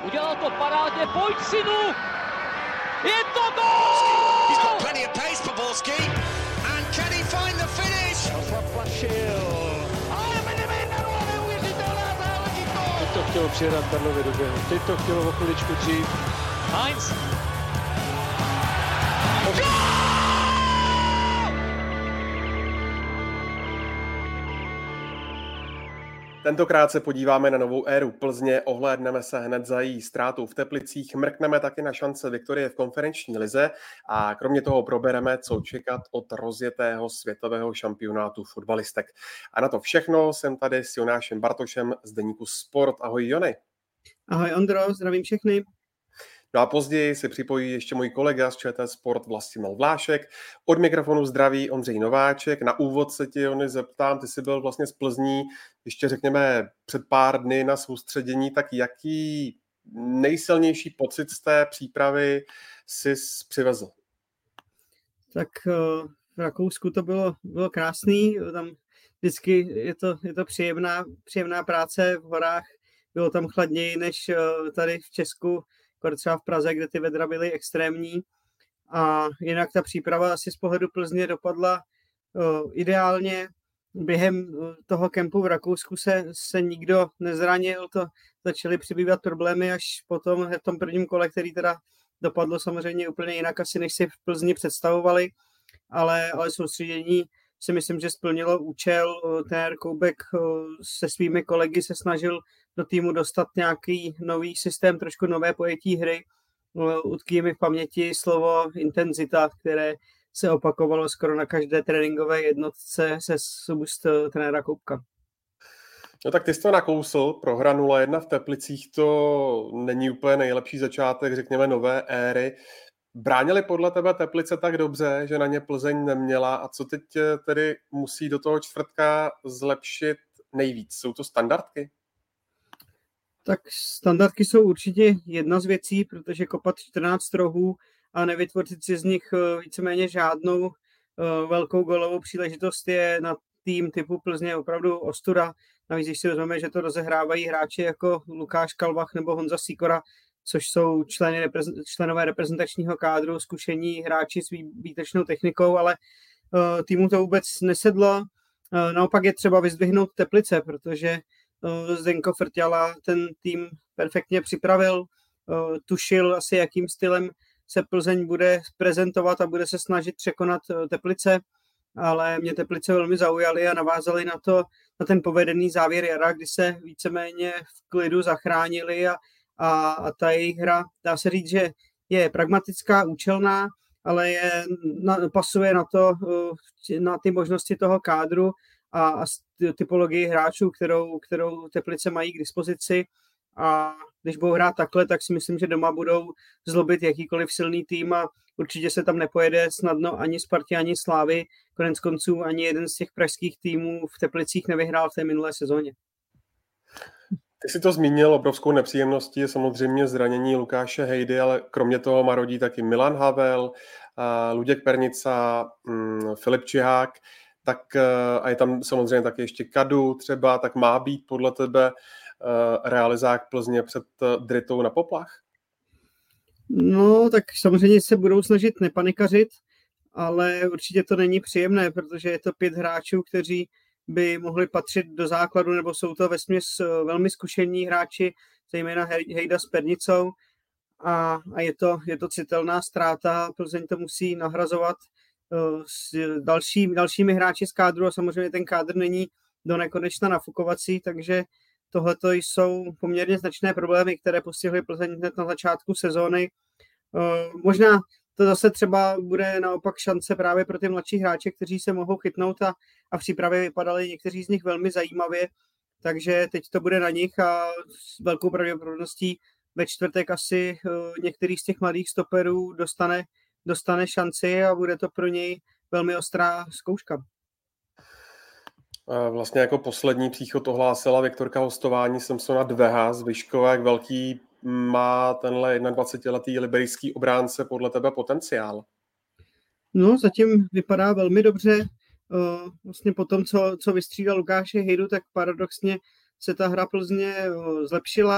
Udělal to parádně, pojď synu! Je to gól! He's got plenty of pace for Borski. And can he find the finish? Ale Medvedev, neuvěřitelná záležitost! Teď to chtělo přijedat Karlovi do běhu, teď to chtělo o chviličku dřív. Heinz! Tentokrát se podíváme na novou éru Plzně, ohlédneme se hned za její ztrátou v Teplicích, mrkneme taky na šance Viktorie v konferenční lize a kromě toho probereme, co čekat od rozjetého světového šampionátu fotbalistek. A na to všechno jsem tady s Jonášem Bartošem z deníku Sport. Ahoj Jony. Ahoj Ondro, zdravím všechny. No a později se připojí ještě můj kolega z ČT Sport Vlastimil Vlášek. Od mikrofonu zdraví Ondřej Nováček. Na úvod se tě, Jony, zeptám, ty jsi byl vlastně z Plzní, ještě řekněme před pár dny na soustředění, tak jaký nejsilnější pocit z té přípravy jsi přivezl? Tak v Rakousku to bylo krásný, tam vždycky je to příjemná práce v horách, bylo tam chladněji než tady v Česku, třeba v Praze, kde ty vedra byly extrémní. A jinak ta příprava asi z pohledu Plzně dopadla ideálně. Během toho kempu v Rakousku se nikdo nezranil, to začaly přibývat problémy až potom v tom prvním kole, který teda dopadlo samozřejmě úplně jinak asi, než si v Plzni představovali, ale soustředění si myslím, že splnilo účel. Trenér Koubek se svými kolegy se snažil do týmu dostat nějaký nový systém, trošku nové pojetí hry. Utkví mi v paměti slovo intenzita, které se opakovalo skoro na každé tréninkové jednotce se z úst trenéra Koubka. No tak ty jsi to nakousl, prohra 0-1 v Teplicích, to není úplně nejlepší začátek, řekněme, nové éry. Bránili podle tebe Teplice tak dobře, že na ně Plzeň neměla a co teď tedy musí do toho čtvrtka zlepšit nejvíc? Jsou to standardky? Tak standardky jsou určitě jedna z věcí, protože kopat 14 rohů a nevytvořit si z nich víceméně žádnou velkou golovou příležitost je na tým typu Plzně opravdu ostuda. Navíc, když si vezmeme, že to rozehrávají hráči jako Lukáš Kalvach nebo Honza Sýkora, což jsou členové reprezentačního kádru, zkušení hráči s výtečnou technikou, ale týmu to vůbec nesedlo. Naopak je třeba vyzdvihnout Teplice, protože Zdenko Frťala ten tým perfektně připravil, tušil asi, jakým stylem se Plzeň bude prezentovat a bude se snažit překonat Teplice, ale mě Teplice velmi zaujaly a navázali na ten povedený závěr jara, kdy se víceméně v klidu zachránili a ta jejich hra, dá se říct, že je pragmatická, účelná, ale pasuje na ty možnosti toho kádru a typologii hráčů, kterou Teplice mají k dispozici. A když budou hrát takhle, tak si myslím, že doma budou zlobit jakýkoliv silný tým a určitě se tam nepojede snadno ani Spartě, ani Slávy. Konec konců ani jeden z těch pražských týmů v Teplicích nevyhrál v té minulé sezóně. Ty jsi to zmínil, obrovskou nepříjemností je samozřejmě zranění Lukáše Hejdy, ale kromě toho marodí taky Milan Havel, Luděk Pernica, Filip Čihák, tak a je tam samozřejmě taky ještě Kadu třeba, tak má být podle tebe realizák Plzně před Dritou na poplach? No, tak samozřejmě se budou snažit nepanikařit, ale určitě to není příjemné, protože je to 5 hráčů, kteří by mohli patřit do základu, nebo jsou to vesměs velmi zkušení hráči, zejména Hejda s Pernicou a je to citelná ztráta. Plzeň to musí nahrazovat s dalšími hráči z kádru a samozřejmě ten kádr není do nekonečna nafukovací, takže tohleto jsou poměrně značné problémy, které postihly Plzeň hned na začátku sezóny. Možná to zase třeba bude naopak šance právě pro ty mladší hráče, kteří se mohou chytnout a v přípravě vypadali někteří z nich velmi zajímavě, takže teď to bude na nich a s velkou pravděpodobností ve čtvrtek asi některý z těch mladých stoperů dostane šanci a bude to pro něj velmi ostrá zkouška. Vlastně jako poslední příchod ohlásila Viktorka hostování Samsona Dveha z Vyškova. Jak velký má tenhle 21letý liberijský obránce podle tebe potenciál? No, zatím vypadá velmi dobře. Vlastně po tom, co vystřídal Lukáše Hejdu, tak paradoxně se ta hra Plzně zlepšila.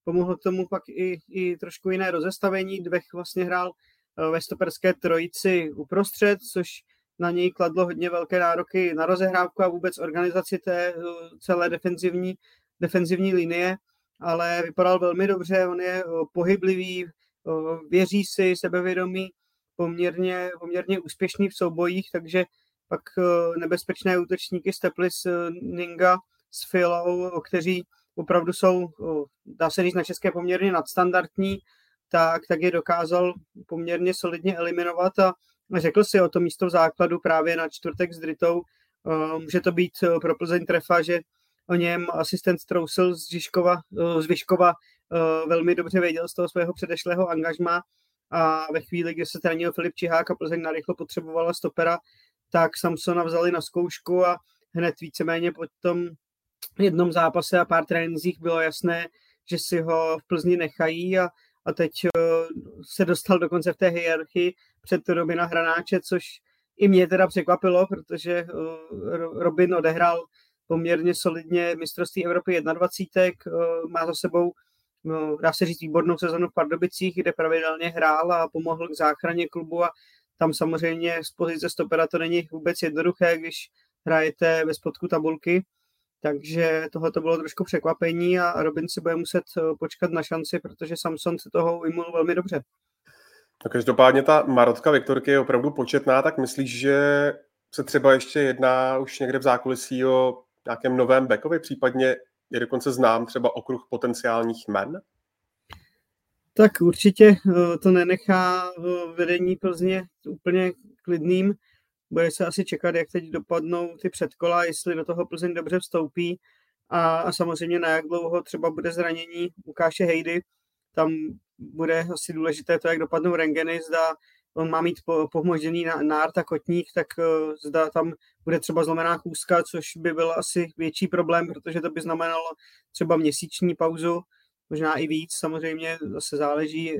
pomohlo k tomu pak i trošku jiné rozestavení. Dvech vlastně hrál ve stoperské trojici uprostřed, což na něj kladlo hodně velké nároky na rozehrávku a vůbec organizaci té celé defenzivní linie, ale vypadal velmi dobře, on je pohyblivý, věří si, sebevědomý, poměrně úspěšný v soubojích, takže pak nebezpečné útočníky Steplis, Ninga s Filou, kteří opravdu jsou, dá se říct na české, poměrně nadstandardní, tak je dokázal poměrně solidně eliminovat a řekl si o to místo v základu právě na čtvrtek s Dritou. Může to být pro Plzeň trefa, že o něm asistent Strousil z Vyškova velmi dobře věděl z toho svého předešlého angažmá a ve chvíli, kdy se zranil Filip Čihák a Plzeň narychlo potřebovala stopera, tak Samsona vzali na zkoušku a hned víceméně po tom jednom zápase a pár trénincích bylo jasné, že si ho v Plzni nechají a teď se dostal dokonce v té hierarchii před Robina Hranáče, což i mě teda překvapilo, protože Robin odehrál poměrně solidně mistrovství Evropy 21, má za sebou, dá se říct, výbornou sezonu v Pardubicích, kde pravidelně hrál a pomohl k záchraně klubu a tam samozřejmě z pozice stopera to není vůbec jednoduché, když hrajete ve spodku tabulky, takže tohle to bylo trošku překvapení a Robin si bude muset počkat na šanci, protože Samson se toho ujmul velmi dobře. No, každopádně ta marotka Viktorky je opravdu početná, tak myslíš, že se třeba ještě jedná už někde v zákulisí o nějakém novém backovi, případně je dokonce znám třeba okruh potenciálních men? Tak určitě to nenechá vedení Plzně úplně klidným. Bude se asi čekat, jak teď dopadnou ty předkola, jestli do toho Plzeň dobře vstoupí a samozřejmě na jak dlouho třeba bude zranění Lukáše Hejdy. Tam bude asi důležité to, jak dopadnou rentgeny, zda on má mít pohmožděný nárt a kotník, tak zda tam bude třeba zlomená chůzka, což by byl asi větší problém, protože to by znamenalo třeba měsíční pauzu, možná i víc, samozřejmě zase záleží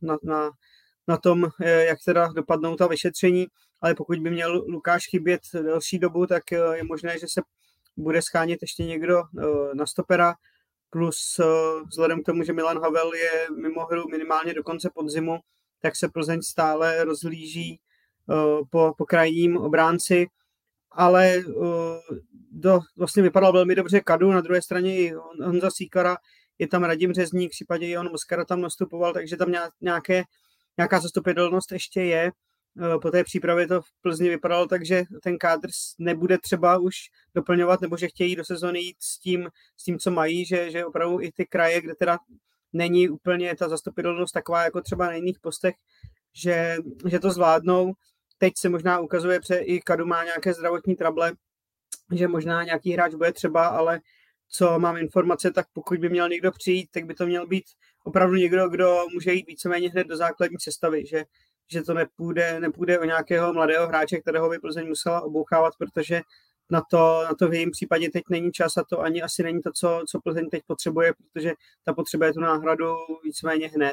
na tom, jak teda dopadnou ta vyšetření, ale pokud by měl Lukáš chybět delší dobu, tak je možné, že se bude schánět ještě někdo na stopera, plus vzhledem k tomu, že Milan Havel je mimo hru minimálně do konce podzimu, tak se Plzeň stále rozhlíží po krajním obránci, ale vlastně vypadal velmi dobře Kadu, na druhé straně i Honza Sýkara, je tam Radim Řezník, v případě Jan Moskara tam nastupoval, takže tam nějaká zastupitelnost ještě je. Po té přípravě to v Plzni vypadalo tak, že ten kádr nebude třeba už doplňovat, nebo že chtějí do sezony jít s tím, co mají, že opravdu i ty kraje, kde teda není úplně ta zastupitelnost taková, jako třeba na jiných postech, že to zvládnou. Teď se možná ukazuje, že i Kadu má nějaké zdravotní trable, že možná nějaký hráč bude třeba, ale co mám informace, tak pokud by měl někdo přijít, tak by to měl být opravdu někdo, kdo může jít víceméně hned do základní sestavy, že to nepůjde o nějakého mladého hráče, kterého by Plzeň musela obouchávat, protože na to v jejím případě teď není čas a to ani asi není to, co Plzeň teď potřebuje, protože ta potřebuje tu náhradu víceméně hned.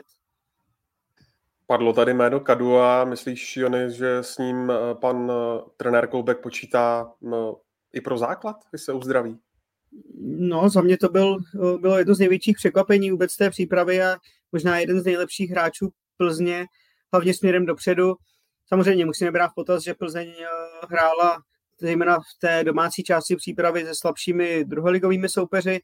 Padlo tady jméno Kadu a myslíš, Jony, že s ním pan trenér Koubek počítá i pro základ, když se uzdraví? No, za mě to bylo jedno z největších překvapení vůbec té přípravy a možná jeden z nejlepších hráčů Plzně, hlavně směrem dopředu. Samozřejmě musíme brát v potaz, že Plzeň hrála zejména v té domácí části přípravy se slabšími druholigovými soupeři.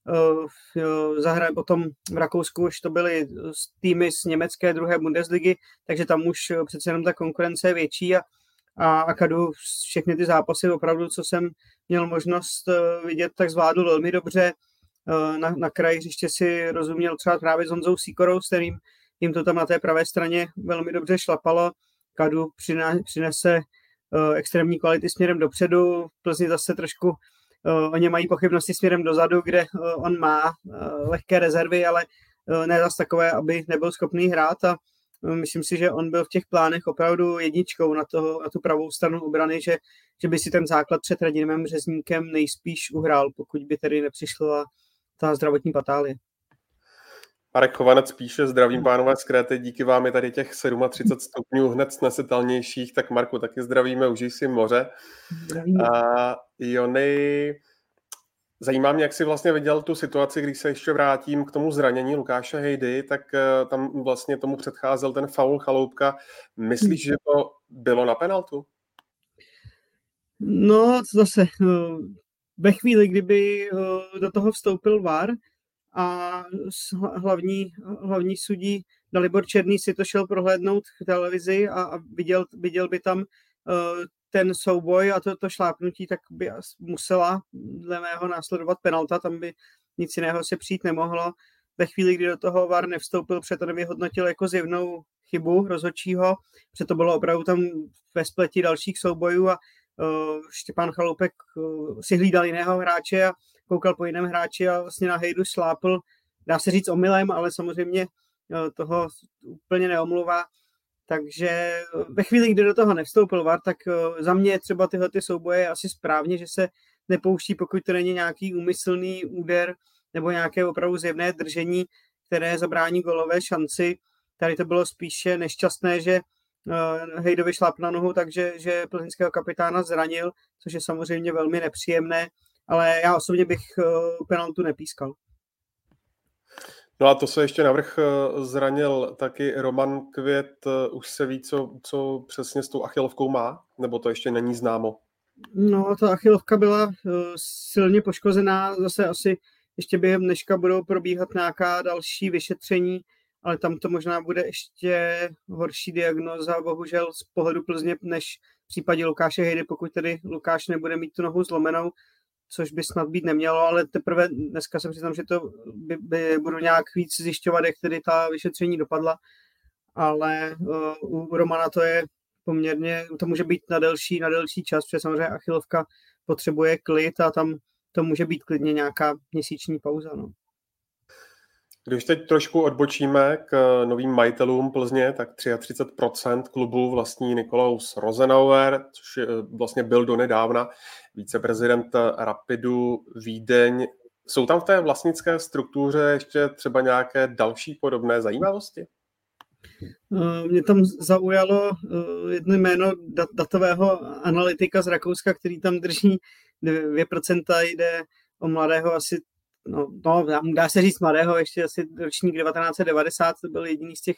Potom v Rakousku už to byly týmy z německé druhé Bundesligy, takže tam už přece jenom ta konkurence je větší a Kadu všechny ty zápasy opravdu, co jsem měl možnost vidět, tak zvládl velmi dobře. Na kraji hřiště si rozuměl třeba právě s Honzou Sýkorou, s kterým jim to tam na té pravé straně velmi dobře šlapalo. Kadu přinese extrémní kvality směrem dopředu. V Plzni zase trošku oni mají pochybnosti směrem dozadu, kde on má lehké rezervy, ale ne zase takové, aby nebyl schopný hrát a myslím si, že on byl v těch plánech opravdu jedničkou na tu pravou stranu obrany, že by si ten základ před Radimem Řezníkem nejspíš uhrál, pokud by tedy nepřišla ta zdravotní patálie. Marek Chovanec píše, zdravím pánové z Kréty, díky vám je tady těch 37 stupňů hned snesitelnějších, tak Marku, taky zdravíme, užij si moře. Zdravíme. A Jony, Zajímá mě, jak jsi vlastně viděl tu situaci, když se ještě vrátím k tomu zranění Lukáše Hejdy, tak tam vlastně tomu předcházel ten faul Chaloupka. Myslíš, že to bylo na penaltu? No, zase, ve chvíli, kdyby do toho vstoupil VAR a hlavní sudí Dalibor Černý si to šel prohlédnout v televizi a viděl by tam ten souboj a to šlápnutí, tak by musela dle mého následovat penalta, tam by nic jiného se přijít nemohlo. Ve chvíli, kdy do toho VAR nevstoupil, protože to nevyhodnotil jako zjevnou chybu rozhodčího, protože to bylo opravdu tam ve spleti dalších soubojů a Štěpán Chaloupek si hlídal jiného hráče a koukal po jiném hráči a vlastně na Hejdu šlápl, dá se říct omylem, ale samozřejmě toho úplně neomluvá. Takže ve chvíli, kdy do toho nevstoupil VAR, tak za mě třeba tyhle ty souboje je asi správně, že se nepouští, pokud to není nějaký úmyslný úder nebo nějaké opravdu zjevné držení, které zabrání golové šanci. Tady to bylo spíše nešťastné, že Hejdovi šláp na nohu, takže že plzeňského kapitána zranil, což je samozřejmě velmi nepříjemné, ale já osobně bych penaltu nepískal. No a to se ještě navrch zranil taky Roman Květ. Už se ví, co přesně s tou achilovkou má? Nebo to ještě není známo? No, ta achilovka byla silně poškozená. Zase asi ještě během dneška budou probíhat nějaká další vyšetření, ale tam to možná bude ještě horší diagnóza, bohužel z pohledu Plzně, než v případě Lukáše Hejdy, pokud tedy Lukáš nebude mít tu nohu zlomenou, což by snad být nemělo, ale teprve dneska se přiznám, že to by budu nějak víc zjišťovat, jak tedy ta vyšetření dopadla, ale u Romana to je poměrně, to může být na delší čas, protože samozřejmě achilovka potřebuje klid a tam to může být klidně nějaká měsíční pauza. No. Když teď trošku odbočíme k novým majitelům Plzně, tak 33% klubu vlastní Nikolaus Rosenauer, což vlastně byl donedávna viceprezident Rapidu Vídeň. Jsou tam v té vlastnické struktuře ještě třeba nějaké další podobné zajímavosti? Mě tam zaujalo jedno jméno datového analytika z Rakouska, který tam drží 2%, jde o mladého asi, dá se říct mladého, ještě asi ročník 1990, to byl jediný z těch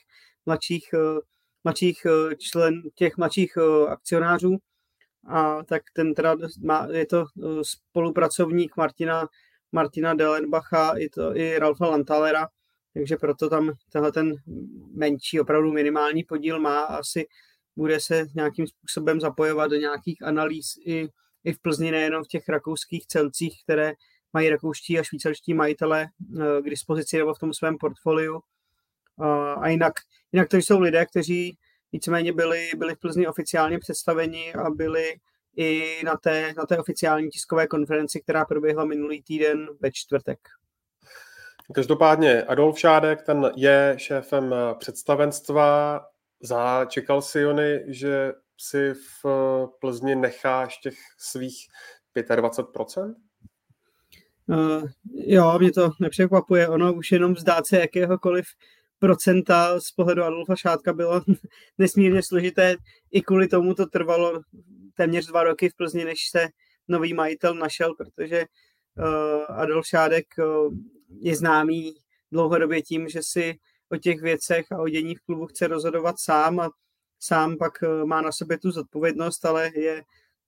mladších akcionářů. A tak ten teda je to spolupracovník Martina Dellenbacha i Ralfa Lanthalera, takže proto tam tenhle ten menší, opravdu minimální podíl má a asi bude se nějakým způsobem zapojovat do nějakých analýz i v Plzni, nejenom v těch rakouských celcích, které mají rakouští a švýcarští majitele k dispozici nebo v tom svém portfoliu. A jinak to jsou lidé, kteří víceméně byli v Plzni oficiálně představeni a byli i na té oficiální tiskové konferenci, která proběhla minulý týden ve čtvrtek. Každopádně Adolf Šádek, ten je šéfem představenstva. Čekal si, Jony, že si v Plzni necháš těch svých 25%? Jo, mě to nepřekvapuje. Ono už jenom vzdát se jakéhokoliv procenta z pohledu Adolfa Šádka bylo nesmírně složité. I kvůli tomu to trvalo téměř 2 roky v Plzni, než se nový majitel našel, protože Adolf Šádek je známý dlouhodobě tím, že si o těch věcech a o dění v klubu chce rozhodovat sám a sám pak má na sobě tu zodpovědnost, ale je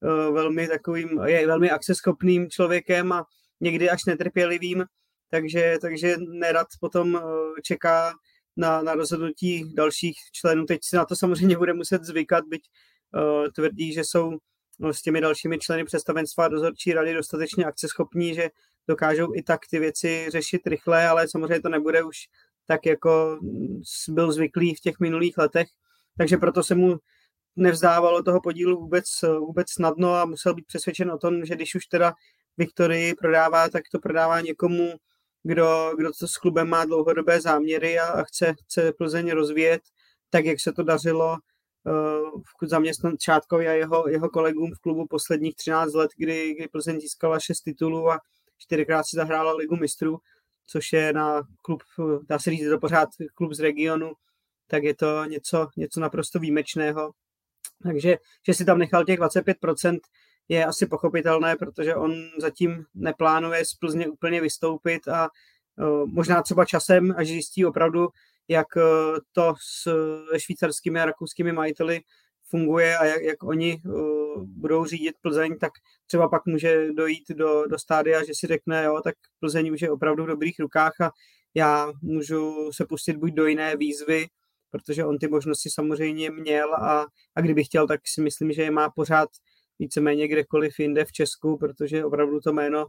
velmi akceschopným člověkem a někdy až netrpělivým, takže nerad potom čeká na rozhodnutí dalších členů. Teď se na to samozřejmě bude muset zvykat, byť tvrdí, že jsou s těmi dalšími členy představenstva a dozorčí rady dostatečně akceschopní, že dokážou i tak ty věci řešit rychle, ale samozřejmě to nebude už tak, jako byl zvyklý v těch minulých letech. Takže proto se mu nevzdávalo toho podílu vůbec snadno a musel být přesvědčen o tom, že když už teda Viktorii prodává, tak to prodává někomu, kdo to s klubem má dlouhodobé záměry a chce Plzeň rozvíjet, tak jak se to dařilo zaměstnat Šádkovi a jeho kolegům v klubu posledních 13 let, kdy Plzeň získala 6 titulů a 4krát si zahrála Ligu mistrů, což je na klub, dá se říct, je to pořád klub z regionu, tak je to něco naprosto výjimečného. Takže že si tam nechal těch 25%, je asi pochopitelné, protože on zatím neplánuje z Plzně úplně vystoupit a možná třeba časem, až zjistí opravdu, jak to s švýcarskými a rakouskými majiteli funguje a jak oni budou řídit Plzeň, tak třeba pak může dojít do stádia, že si řekne, jo, tak Plzeň už je opravdu v dobrých rukách a já můžu se pustit buď do jiné výzvy, protože on ty možnosti samozřejmě měl a kdyby chtěl, tak si myslím, že je má pořád víceméně kdekoliv jinde v Česku, protože opravdu to jméno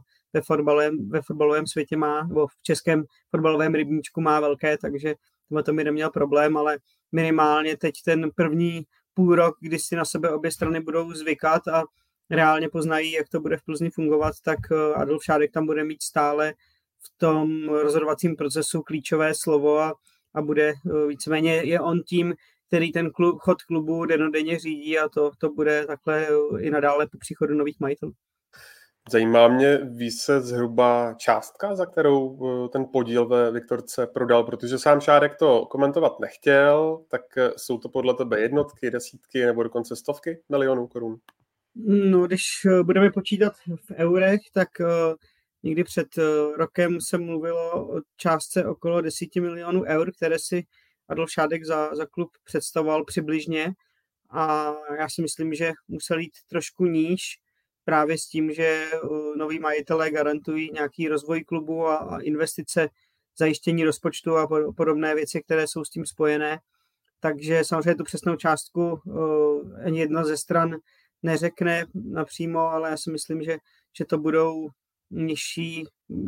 ve fotbalovém světě má, nebo v českém fotbalovém rybníčku má velké, takže to mi neměl problém, ale minimálně teď ten první půl rok, kdy si na sebe obě strany budou zvykat a reálně poznají, jak to bude v Plzni fungovat, tak Adolf Šádek tam bude mít stále v tom rozhodovacím procesu klíčové slovo a bude víceméně je on tím, který ten chod klubu dennodenně řídí a to bude takhle i nadále po příchodu nových majitelů. Zajímá mě, ví se zhruba částka, za kterou ten podíl ve Viktorce prodal, protože sám Šádek to komentovat nechtěl, tak jsou to podle tebe jednotky, desítky nebo dokonce stovky milionů korun? No, když budeme počítat v eurech, tak někdy před rokem se mluvilo o částce okolo 10 milionů eur, které si Adolf Šádek za klub představoval přibližně a já si myslím, že musel jít trošku níž právě s tím, že noví majitelé garantují nějaký rozvoj klubu a investice, zajištění rozpočtu a podobné věci, které jsou s tím spojené. Takže samozřejmě tu přesnou částku ani jedna ze stran neřekne napřímo, ale já si myslím, že to budou nižší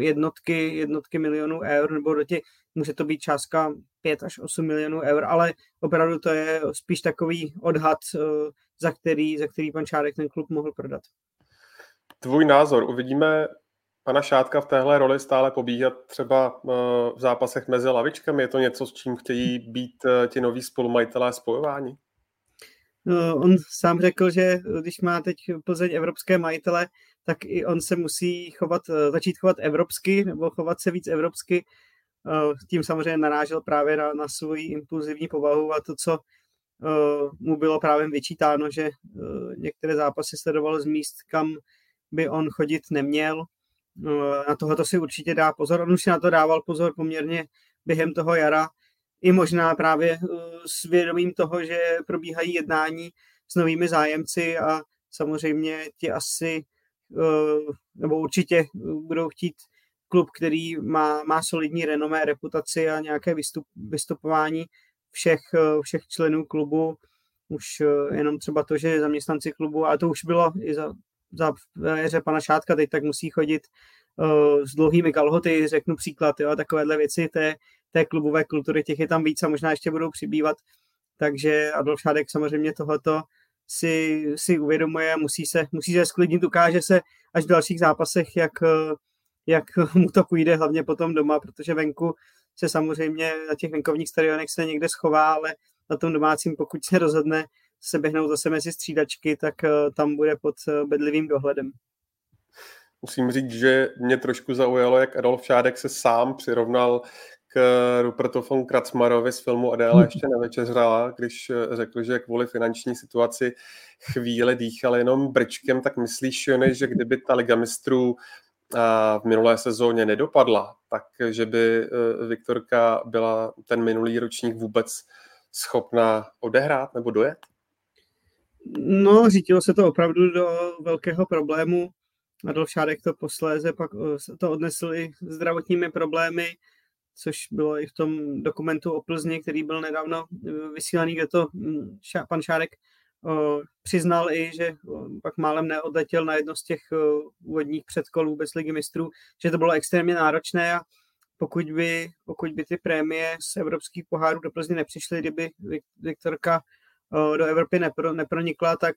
jednotky milionů eur, nebo může to být částka 5 až 8 milionů eur, ale opravdu to je spíš takový odhad, za který pan Šádek ten klub mohl prodat. Tvůj názor, uvidíme pana Šádka v téhle roli stále pobíhat třeba v zápasech mezi lavičkami? Je to něco, s čím chtějí být ti noví spolumajitelé spojováni? On sám řekl, že když má teď Plzeň evropské majitele, tak i on se musí začít chovat evropsky nebo chovat se víc evropsky. Tím samozřejmě narážel právě na svoji impulzivní povahu a to, co mu bylo právě vyčítáno, že některé zápasy sledoval z míst, kam by on chodit neměl. Na tohoto si určitě dá pozor. On už si na to dával pozor poměrně během toho jara. I možná právě s vědomím toho, že probíhají jednání s novými zájemci a samozřejmě ti asi, nebo určitě budou chtít klub, který má solidní renomé, reputaci a nějaké vystupování všech členů klubu. Už jenom třeba to, že zaměstnanci klubu, a to už bylo i za éře pana Šádka, teď tak musí chodit s dlouhými kalhoty, řeknu příklad, jo, takovéhle věci té klubové kultury, těch je tam víc a možná ještě budou přibývat, takže Adolf Šádek samozřejmě tohleto si uvědomuje, musí se sklidnit, ukáže se až v dalších zápasech, jak mu to půjde, hlavně potom doma, protože venku se samozřejmě na těch venkovních stadionech se někde schová, ale na tom domácím, pokud se rozhodne se běhnout zase mezi střídačky, tak tam bude pod bedlivým dohledem. Musím říct, že mě trošku zaujalo, jak Adolf Šádek se sám přirovnal k Rupertu von Kracmarovi z filmu Adéla ještě nevečeřela, když řekl, že kvůli finanční situaci chvíli dýchal jenom brčkem, tak myslíš, že kdyby ta Liga mistrů v minulé sezóně nedopadla, takže by Viktorka byla ten minulý ročník vůbec schopná odehrát nebo dojet? No, řítilo se to opravdu do velkého problému. Adolf Šádek to posléze pak to odnesl i zdravotními problémy, což bylo i v tom dokumentu o Plzni, který byl nedávno vysílaný, kde to pan Šádek přiznal i, že pak málem neodletěl na jedno z těch úvodních předkolů bez Ligy mistrů, že to bylo extrémně náročné a pokud by ty prémie z evropských pohárů do Plzně nepřišly, kdyby Viktorka do Evropy nepronikla, tak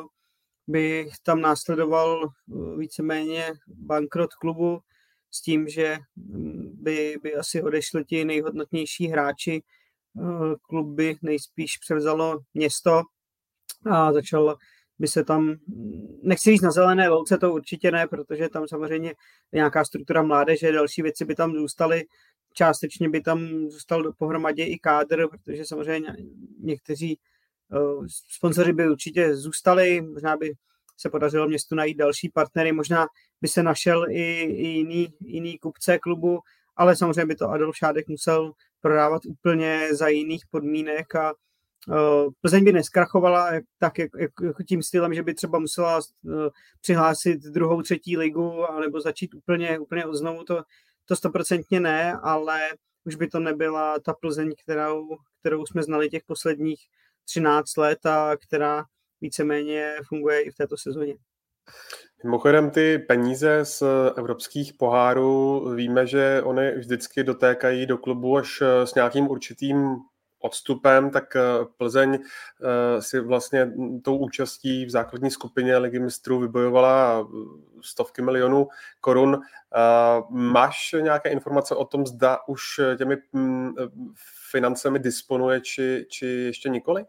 by tam následoval víceméně bankrot klubu s tím, že by asi odešli ti nejhodnotnější hráči. Klub by nejspíš převzalo město a začal by se tam, nechci říct na zelené louce, to určitě ne, protože tam samozřejmě nějaká struktura mládeže, další věci by tam zůstaly, částečně by tam zůstal pohromadě i kádr, protože samozřejmě někteří sponzoři by určitě zůstali, možná by se podařilo městu najít další partnery. Možná by se našel i jiný kupce klubu, ale samozřejmě by to Adolf Šádek musel prodávat úplně za jiných podmínek a Plzeň by neskrachovala tak jako tím stylem, že by třeba musela přihlásit 2., 3. ligu anebo začít úplně od znovu, to 100% ne, ale už by to nebyla ta Plzeň, kterou jsme znali těch posledních 13 let a která víceméně funguje i v této sezóně. Mimochodem ty peníze z evropských pohárů, víme, že oni vždycky dotékají do klubu až s nějakým určitým odstupem, tak Plzeň si vlastně tou účastí v základní skupině Ligy mistrů vybojovala stovky milionů korun. Máš nějaké informace o tom, zda už těmi financemi disponuje, či ještě nikoli?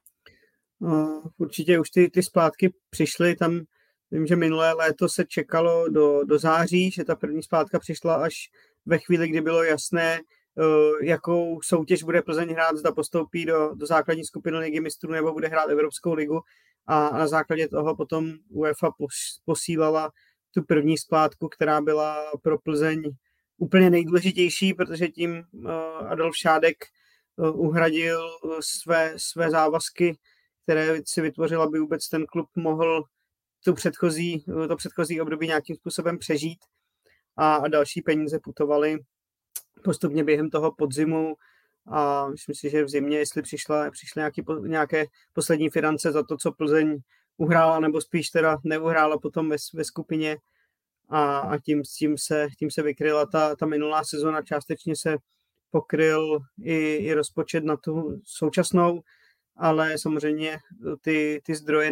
Určitě už ty splátky přišly, tam vím, že minulé léto se čekalo do září, že ta první splátka přišla až ve chvíli, kdy bylo jasné, jakou soutěž bude Plzeň hrát, zda postoupí do základní skupiny Ligy mistrů nebo bude hrát Evropskou ligu a na základě toho potom UEFA posílala tu první splátku, která byla pro Plzeň úplně nejdůležitější, protože tím Adolf Šádek uhradil své závazky, které si vytvořil, aby vůbec ten klub mohl to předchozí období nějakým způsobem přežít a další peníze putovaly postupně během toho podzimu a myslím si, že v zimě, jestli přišly nějaké poslední finance za to, co Plzeň uhrála, nebo spíš teda neuhrála potom ve skupině a tím se vykryla ta minulá sezona, částečně se pokryl i rozpočet na tu současnou, ale samozřejmě ty zdroje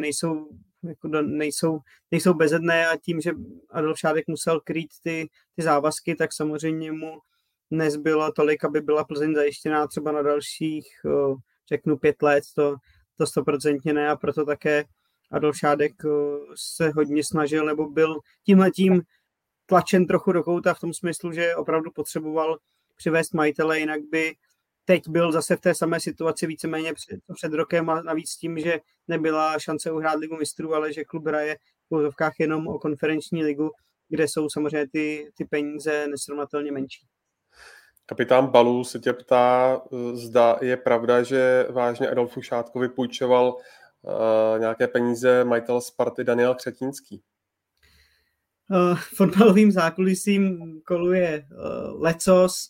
nejsou bezedné a tím, že Adolf Šádek musel krýt ty závazky, tak samozřejmě mu nezbylo tolik, aby byla Plzeň zajištěná třeba na dalších, 5 let, to 100% ne a proto také Adolf Šádek se hodně snažil, nebo byl tímhletím tlačen trochu do kouta v tom smyslu, že opravdu potřeboval přivést majitele, jinak by teď byl zase v té samé situaci víceméně před rokem a navíc tím, že nebyla šance uhrát Ligu mistrů, ale že klub hraje v úzovkách jenom o konferenční ligu, kde jsou samozřejmě ty peníze nesrovnatelně menší. Kapitán Balů se tě ptá, zda je pravda, že vážně Adolfu Šádkovi půjčoval nějaké peníze majitel Sparty Daniel Křetínský. Fotbalovým zákulisím koluje lecos.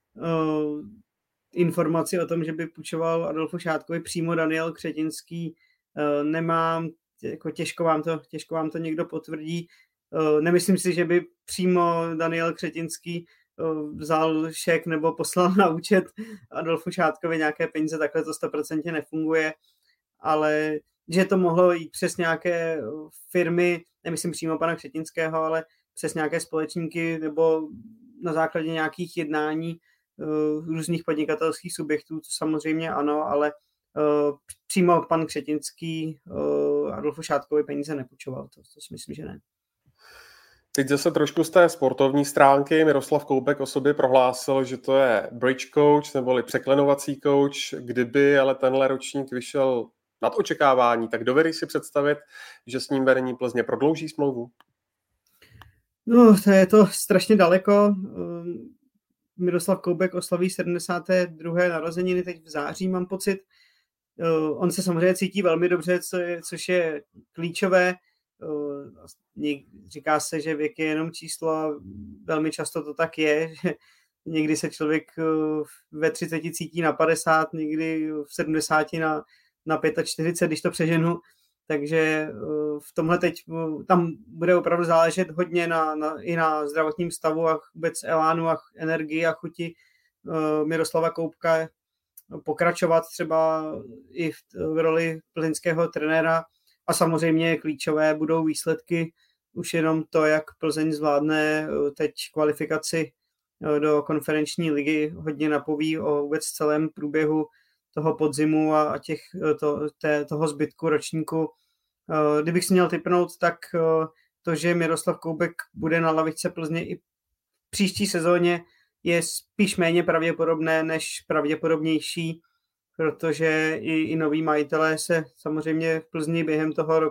Informaci o tom, že by půjčoval Adolfu Šádkovi přímo Daniel Křetínský, nemám, jako těžko vám to někdo potvrdí. Nemyslím si, že by přímo Daniel Křetínský vzal šek nebo poslal na účet Adolfu Šádkovi nějaké peníze, takhle to 100% nefunguje, ale že to mohlo jít přes nějaké firmy, nemyslím přímo pana Křetínského, ale přes nějaké společníky nebo na základě nějakých jednání různých podnikatelských subjektů, to samozřejmě ano, ale přímo pan Křetínský Adolfu Šádkovi peníze nepůjčoval, to si myslím, že ne. Teď zase trošku z té sportovní stránky. Miroslav Koubek o sobě prohlásil, že to je bridge coach neboli překlenovací coach. Kdyby ale tenhle ročník vyšel nad očekávání, tak dovedeš si představit, že s ním vedení Plzně prodlouží smlouvu? No, to je to strašně daleko. Miroslav Koubek oslaví 72. narozeniny teď v září, mám pocit. On se samozřejmě cítí velmi dobře, což je klíčové. Říká se, že věk je jenom číslo a velmi často to tak je, že někdy se člověk ve 30 cítí na 50, někdy v 70 na 45, když to přeženu. Takže v tomhle teď tam bude opravdu záležet hodně i na zdravotním stavu a vůbec elánu a energii a chuti Miroslava Koubka pokračovat třeba i v roli plzeňského trenéra a samozřejmě klíčové budou výsledky, už jenom to, jak Plzeň zvládne teď kvalifikaci do konferenční ligy, hodně napoví o vůbec celém průběhu toho podzimu a toho zbytku ročníku. Kdybych si měl tipnout, tak to, že Miroslav Koubek bude na lavičce Plzně i příští sezóně, je spíš méně pravděpodobné než pravděpodobnější, protože i noví majitelé se samozřejmě v Plzni během toho roku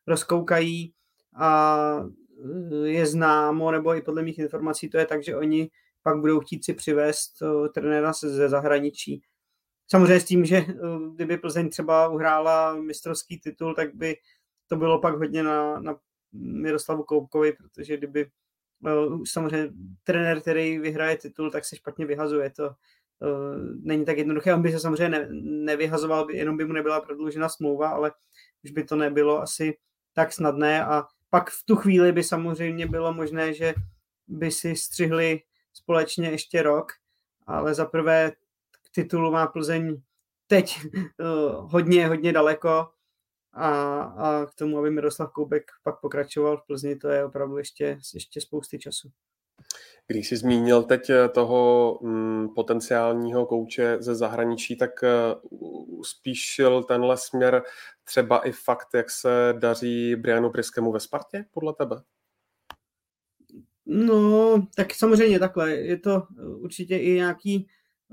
rozkoukají a je známo, nebo i podle mých informací to je tak, že oni pak budou chtít si přivést trenéra ze zahraničí. Samozřejmě s tím, že kdyby Plzeň třeba uhrála mistrovský titul, tak by to bylo pak hodně na Miroslavu Koubkovi, protože kdyby samozřejmě trenér, který vyhraje titul, tak se špatně vyhazuje. To není tak jednoduché. On by se samozřejmě nevyhazoval, jenom by mu nebyla prodloužena smlouva, ale už by to nebylo asi tak snadné a pak v tu chvíli by samozřejmě bylo možné, že by si střihli společně ještě rok, ale za prvé k titulu má Plzeň teď hodně daleko a k tomu, aby Miroslav Koubek pak pokračoval v Plzni, to je opravdu ještě spousty času. Když jsi zmínil teď toho potenciálního kouče ze zahraničí, tak spíš šel tenhle směr třeba i fakt, jak se daří Brianu Pryskému ve Spartě, podle tebe? No, tak samozřejmě takhle. Je to určitě i nějaký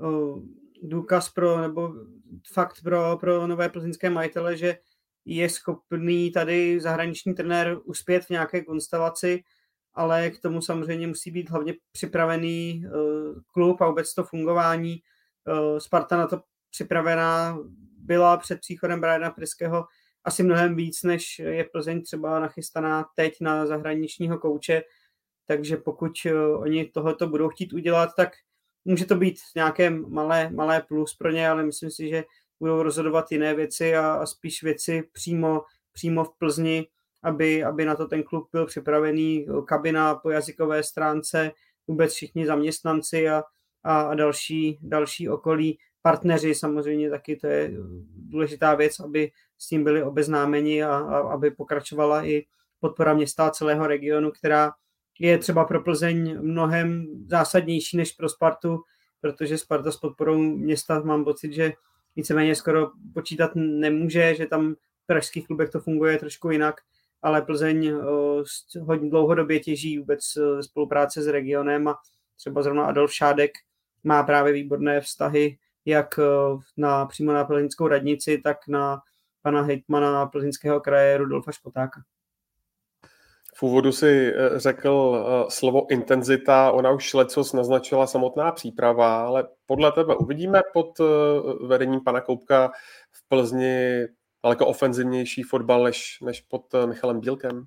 důkaz nebo fakt pro nové plzeňské majitele, že je schopný tady zahraniční trenér uspět v nějaké konstelaci, ale k tomu samozřejmě musí být hlavně připravený klub a vůbec to fungování. Sparta na to připravená byla před příchodem Briana Pryského asi mnohem víc, než je Plzeň třeba nachystaná teď na zahraničního kouče, takže pokud oni tohoto budou chtít udělat, tak může to být nějaké malé plus pro ně, ale myslím si, že budou rozhodovat jiné věci a spíš věci přímo v Plzni, aby na to ten klub byl připravený, kabina po jazykové stránce, vůbec všichni zaměstnanci a další okolí, partneři samozřejmě taky, to je důležitá věc, aby s tím byli obeznámeni a aby pokračovala i podpora města a celého regionu, která je třeba pro Plzeň mnohem zásadnější než pro Spartu, protože Sparta s podporou města mám pocit, že víceméně skoro počítat nemůže, že tam v pražských klubech to funguje trošku jinak, ale Plzeň hodně dlouhodobě těží vůbec spolupráce s regionem a třeba zrovna Adolf Šádek má právě výborné vztahy jak přímo na plzeňskou radnici, tak na pana hejtmana Plzeňského kraje Rudolfa Špotáka. V úvodu si řekl slovo intenzita, ona už lecos naznačila samotná příprava, ale podle tebe uvidíme pod vedením pana Koubka v Plzni daleko ofenzivnější fotbal než pod Michalem Bílkem?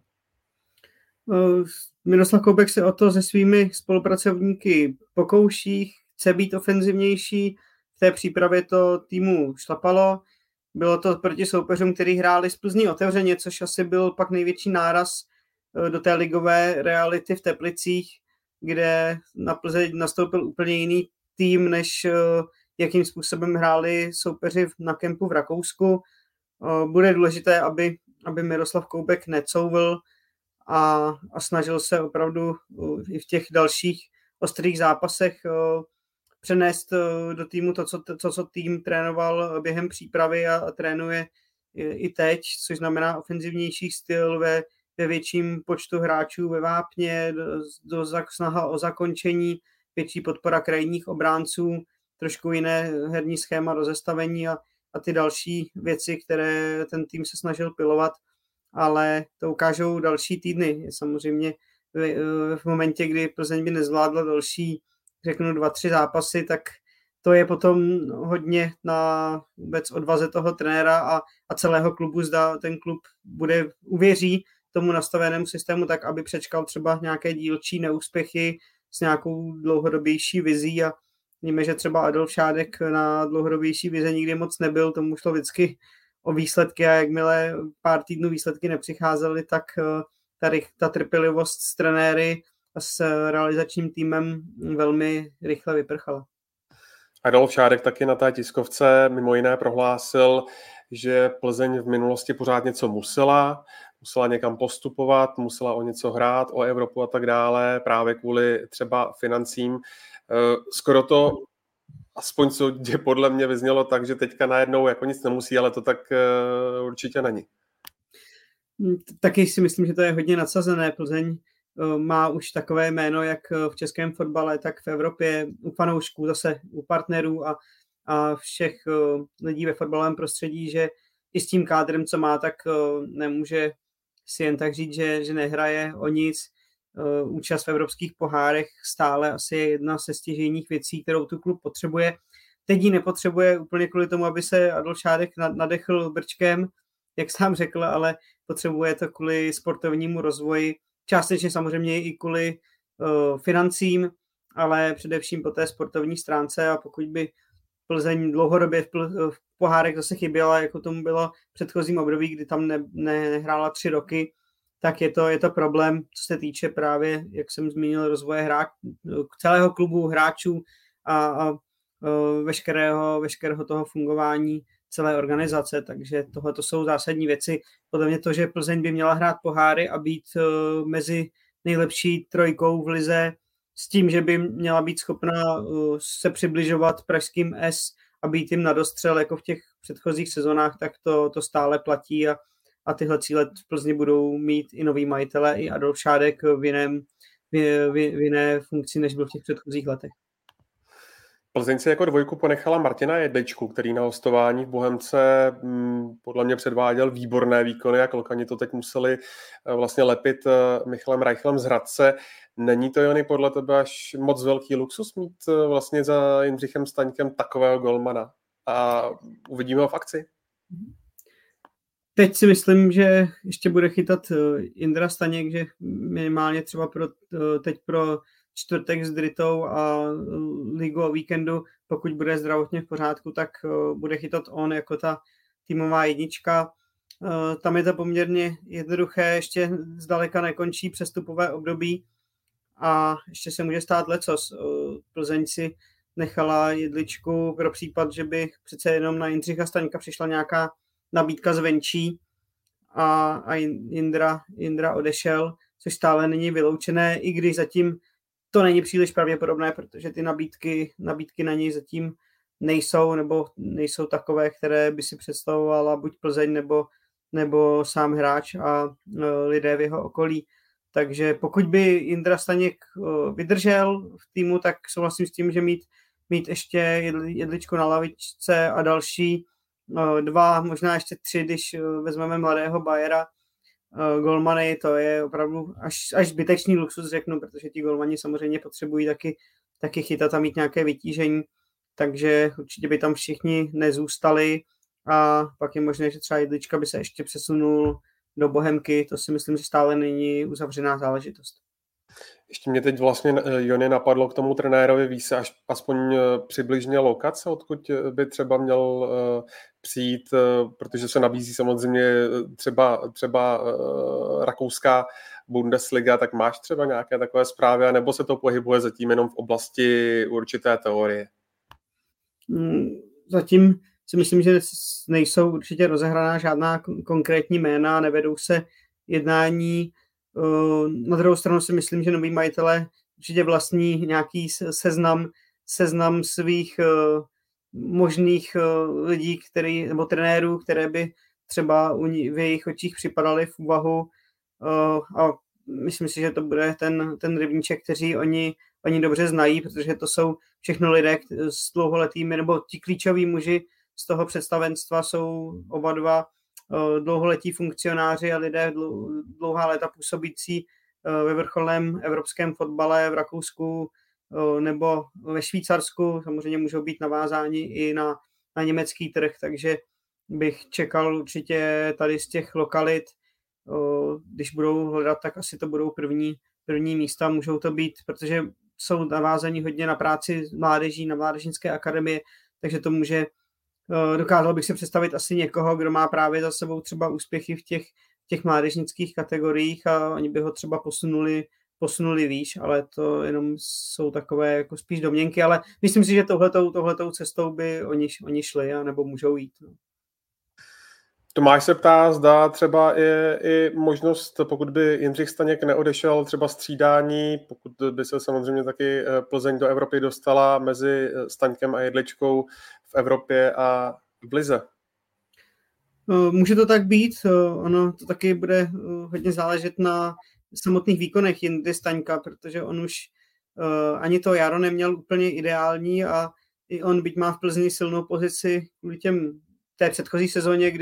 Miroslav Koubek se o to se svými spolupracovníky pokouší, chce být ofenzivnější, v té přípravě to týmu šlapalo, bylo to proti soupeřům, kteří hráli z Plzní otevřeně, což asi byl pak největší náraz do té ligové reality v Teplicích, kde na Plzeň nastoupil úplně jiný tým, než jakým způsobem hráli soupeři na kempu v Rakousku. Bude důležité, aby Miroslav Koubek necouvil a snažil se opravdu i v těch dalších ostrých zápasech přenést do týmu to, co tým trénoval během přípravy a trénuje i teď, což znamená ofenzivnější styl ve větším počtu hráčů ve vápně, snaha o zakončení, větší podpora krajních obránců, trošku jiné herní schéma rozestavení a ty další věci, které ten tým se snažil pilovat, ale to ukážou další týdny. Samozřejmě v momentě, kdy Plzeň by nezvládla další, řeknu 2-3 zápasy, tak to je potom hodně na vůbec odvaze toho trenéra a celého klubu, zda ten klub uvěří tomu nastavenému systému tak, aby přečkal třeba nějaké dílčí neúspěchy s nějakou dlouhodobější vizí a víme, že třeba Adolf Šádek na dlouhodobější vize nikdy moc nebyl, tomu šlo vždycky o výsledky a jakmile pár týdnů výsledky nepřicházely, tak ta trpělivost s trenéry a s realizačním týmem velmi rychle vyprchala. Adolf Šádek taky na té tiskovce mimo jiné prohlásil, že Plzeň v minulosti pořád něco musela někam postupovat, musela o něco hrát, o Evropu a tak dále, právě kvůli třeba financím. Skoro to, aspoň co podle mě vyznělo tak, že teďka najednou jako nic nemusí, ale to tak určitě není. Taky si myslím, že to je hodně nadsazené. Plzeň má už takové jméno, jak v českém fotbale, tak v Evropě, u fanoušků, zase u partnerů a všech lidí ve fotbalovém prostředí, že i s tím kádrem, co má, tak nemůže si jen tak říct, že nehraje o nic. Účast v evropských pohárech stále asi je jedna ze stěžejních věcí, kterou tu klub potřebuje. Teď ji nepotřebuje úplně kvůli tomu, aby se Adolf Šádek nadechl brčkem, jak sám řekl, ale potřebuje to kvůli sportovnímu rozvoji, částečně samozřejmě i kvůli financím, ale především po té sportovní stránce, a pokud by Plzeň dlouhodobě v pohárech zase chyběla, jako tomu bylo v předchozím období, kdy tam nehrála 3 roky, tak je to problém, co se týče právě, jak jsem zmínil, rozvoje celého klubu, hráčů a veškerého toho fungování celé organizace, takže tohle jsou zásadní věci. Podle mě to, že Plzeň by měla hrát poháry a být mezi nejlepší trojkou v lize, s tím, že by měla být schopna se přibližovat pražským S a být jim na dostřel jako v těch předchozích sezonách, tak to stále platí a tyhle cíle v Plzni budou mít i noví majitele, i Adolf Šádek v jiné funkci, než byl v těch předchozích letech. Plzeň si jako dvojku ponechala Martina Jedličku, který na hostování v Bohemce podle mě předváděl výborné výkony a Klokani to teď museli vlastně lepit Michalem Reichlem z Hradce. Není to, Jony, podle tebe až moc velký luxus mít vlastně za Jindřichem Staňkem takového golmana? A uvidíme ho v akci? Teď si myslím, že ještě bude chytat Jindra Staněk, že minimálně třeba teď pro čtvrtek s Dritou a ligu o víkendu, pokud bude zdravotně v pořádku, tak bude chytat on jako ta týmová jednička. Tam je to poměrně jednoduché, ještě zdaleka nekončí přestupové období a ještě se může stát lecos. Plzeň si nechala Jedličku pro případ, že by přece jenom na Jindřicha Staňka přišla nějaká nabídka zvenčí a Jindra odešel, což stále není vyloučené, i když zatím to není příliš pravděpodobné, protože ty nabídky na něj zatím nejsou takové, které by si představovala buď Plzeň nebo sám hráč a lidé v jeho okolí. Takže pokud by Jindra Staněk vydržel v týmu, tak souhlasím s tím, že mít ještě Jedličku na lavičce a další 2, možná ještě 3, když vezmeme mladého Bayera, golmany, to je opravdu až zbytečný luxus, řeknu, protože ti golmani samozřejmě potřebují taky chytat a mít nějaké vytížení, takže určitě by tam všichni nezůstali a pak je možné, že třeba Jedlička by se ještě přesunul do Bohemky, to si myslím, že stále není uzavřená záležitost. Ještě mě teď vlastně, Jony, napadlo k tomu trenérovi, ví se aspoň přibližně lokace, odkud by třeba měl přijít, protože se nabízí samozřejmě třeba rakouská Bundesliga, tak máš třeba nějaké takové zprávy, nebo se to pohybuje zatím jenom v oblasti určité teorie? Zatím si myslím, že nejsou určitě rozehraná žádná konkrétní jména, nevedou se jednání. Na druhou stranu si myslím, že noví majitelé určitě vlastní nějaký seznam svých možných lidí, nebo trenérů, které by třeba v jejich očích připadaly v úvahu a myslím si, že to bude ten rybníček, který oni dobře znají, protože to jsou všechno lidé s dlouholetými, nebo ti klíčoví muži z toho představenstva jsou oba dva dlouholetí funkcionáři a lidé dlouhá léta působící ve vrcholném evropském fotbale v Rakousku nebo ve Švýcarsku. Samozřejmě můžou být navázáni i na německý trh, takže bych čekal určitě tady z těch lokalit, když budou hledat, tak asi to budou první místa, můžou to být, protože jsou navázaní hodně na práci s mládeží, na mládežnické akademie, takže to může, dokázal bych si představit asi někoho, kdo má právě za sebou třeba úspěchy v těch mládežnických kategoriích a oni by ho třeba posunuli výš, ale to jenom jsou takové jako spíš domněnky, ale myslím si, že tohletou cestou by oni šli a nebo můžou jít. No. Tomáš se ptá, zda třeba i možnost, pokud by Jindřich Staněk neodešel, třeba střídání, pokud by se samozřejmě taky Plzeň do Evropy dostala mezi Staňkem a Jedličkou v Evropě a v lize. Může to tak být, ono to taky bude hodně záležet na samotných výkonech Jindry Staňka, protože on už ani to jaro neměl úplně ideální a i on, byť má v Plzni silnou pozici kvůli té předchozí sezóně, kdy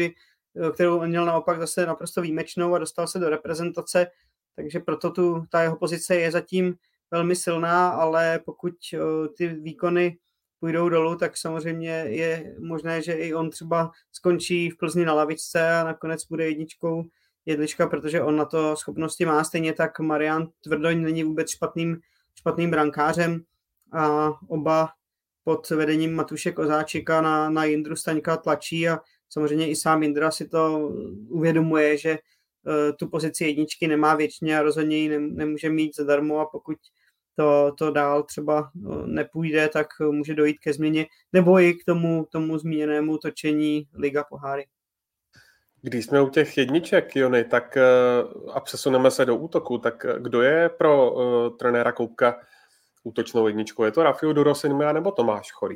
kterou on měl naopak zase naprosto výjimečnou a dostal se do reprezentace, takže proto ta jeho pozice je zatím velmi silná, ale pokud ty výkony půjdou dolů, tak samozřejmě je možné, že i on třeba skončí v Plzni na lavičce a nakonec bude jedničkou Jedlička, protože on na to schopnosti má. Stejně tak Marian Tvrdoň není vůbec špatným brankářem a oba pod vedením Matuše Kozáčika na Jindru Staňka tlačí a samozřejmě i sám Jindra si to uvědomuje, že tu pozici jedničky nemá věčně a rozhodně ji nemůže mít zadarmo a pokud to dál třeba nepůjde, tak může dojít ke změně nebo i k tomu zmíněnému točení Liga poháry. Když jsme u těch jedniček, Jony, tak a přesuneme se do útoku, tak kdo je pro trenéra Koubka útočnou jedničkou? Je to Rafael Durosinmi nebo Tomáš Chorý?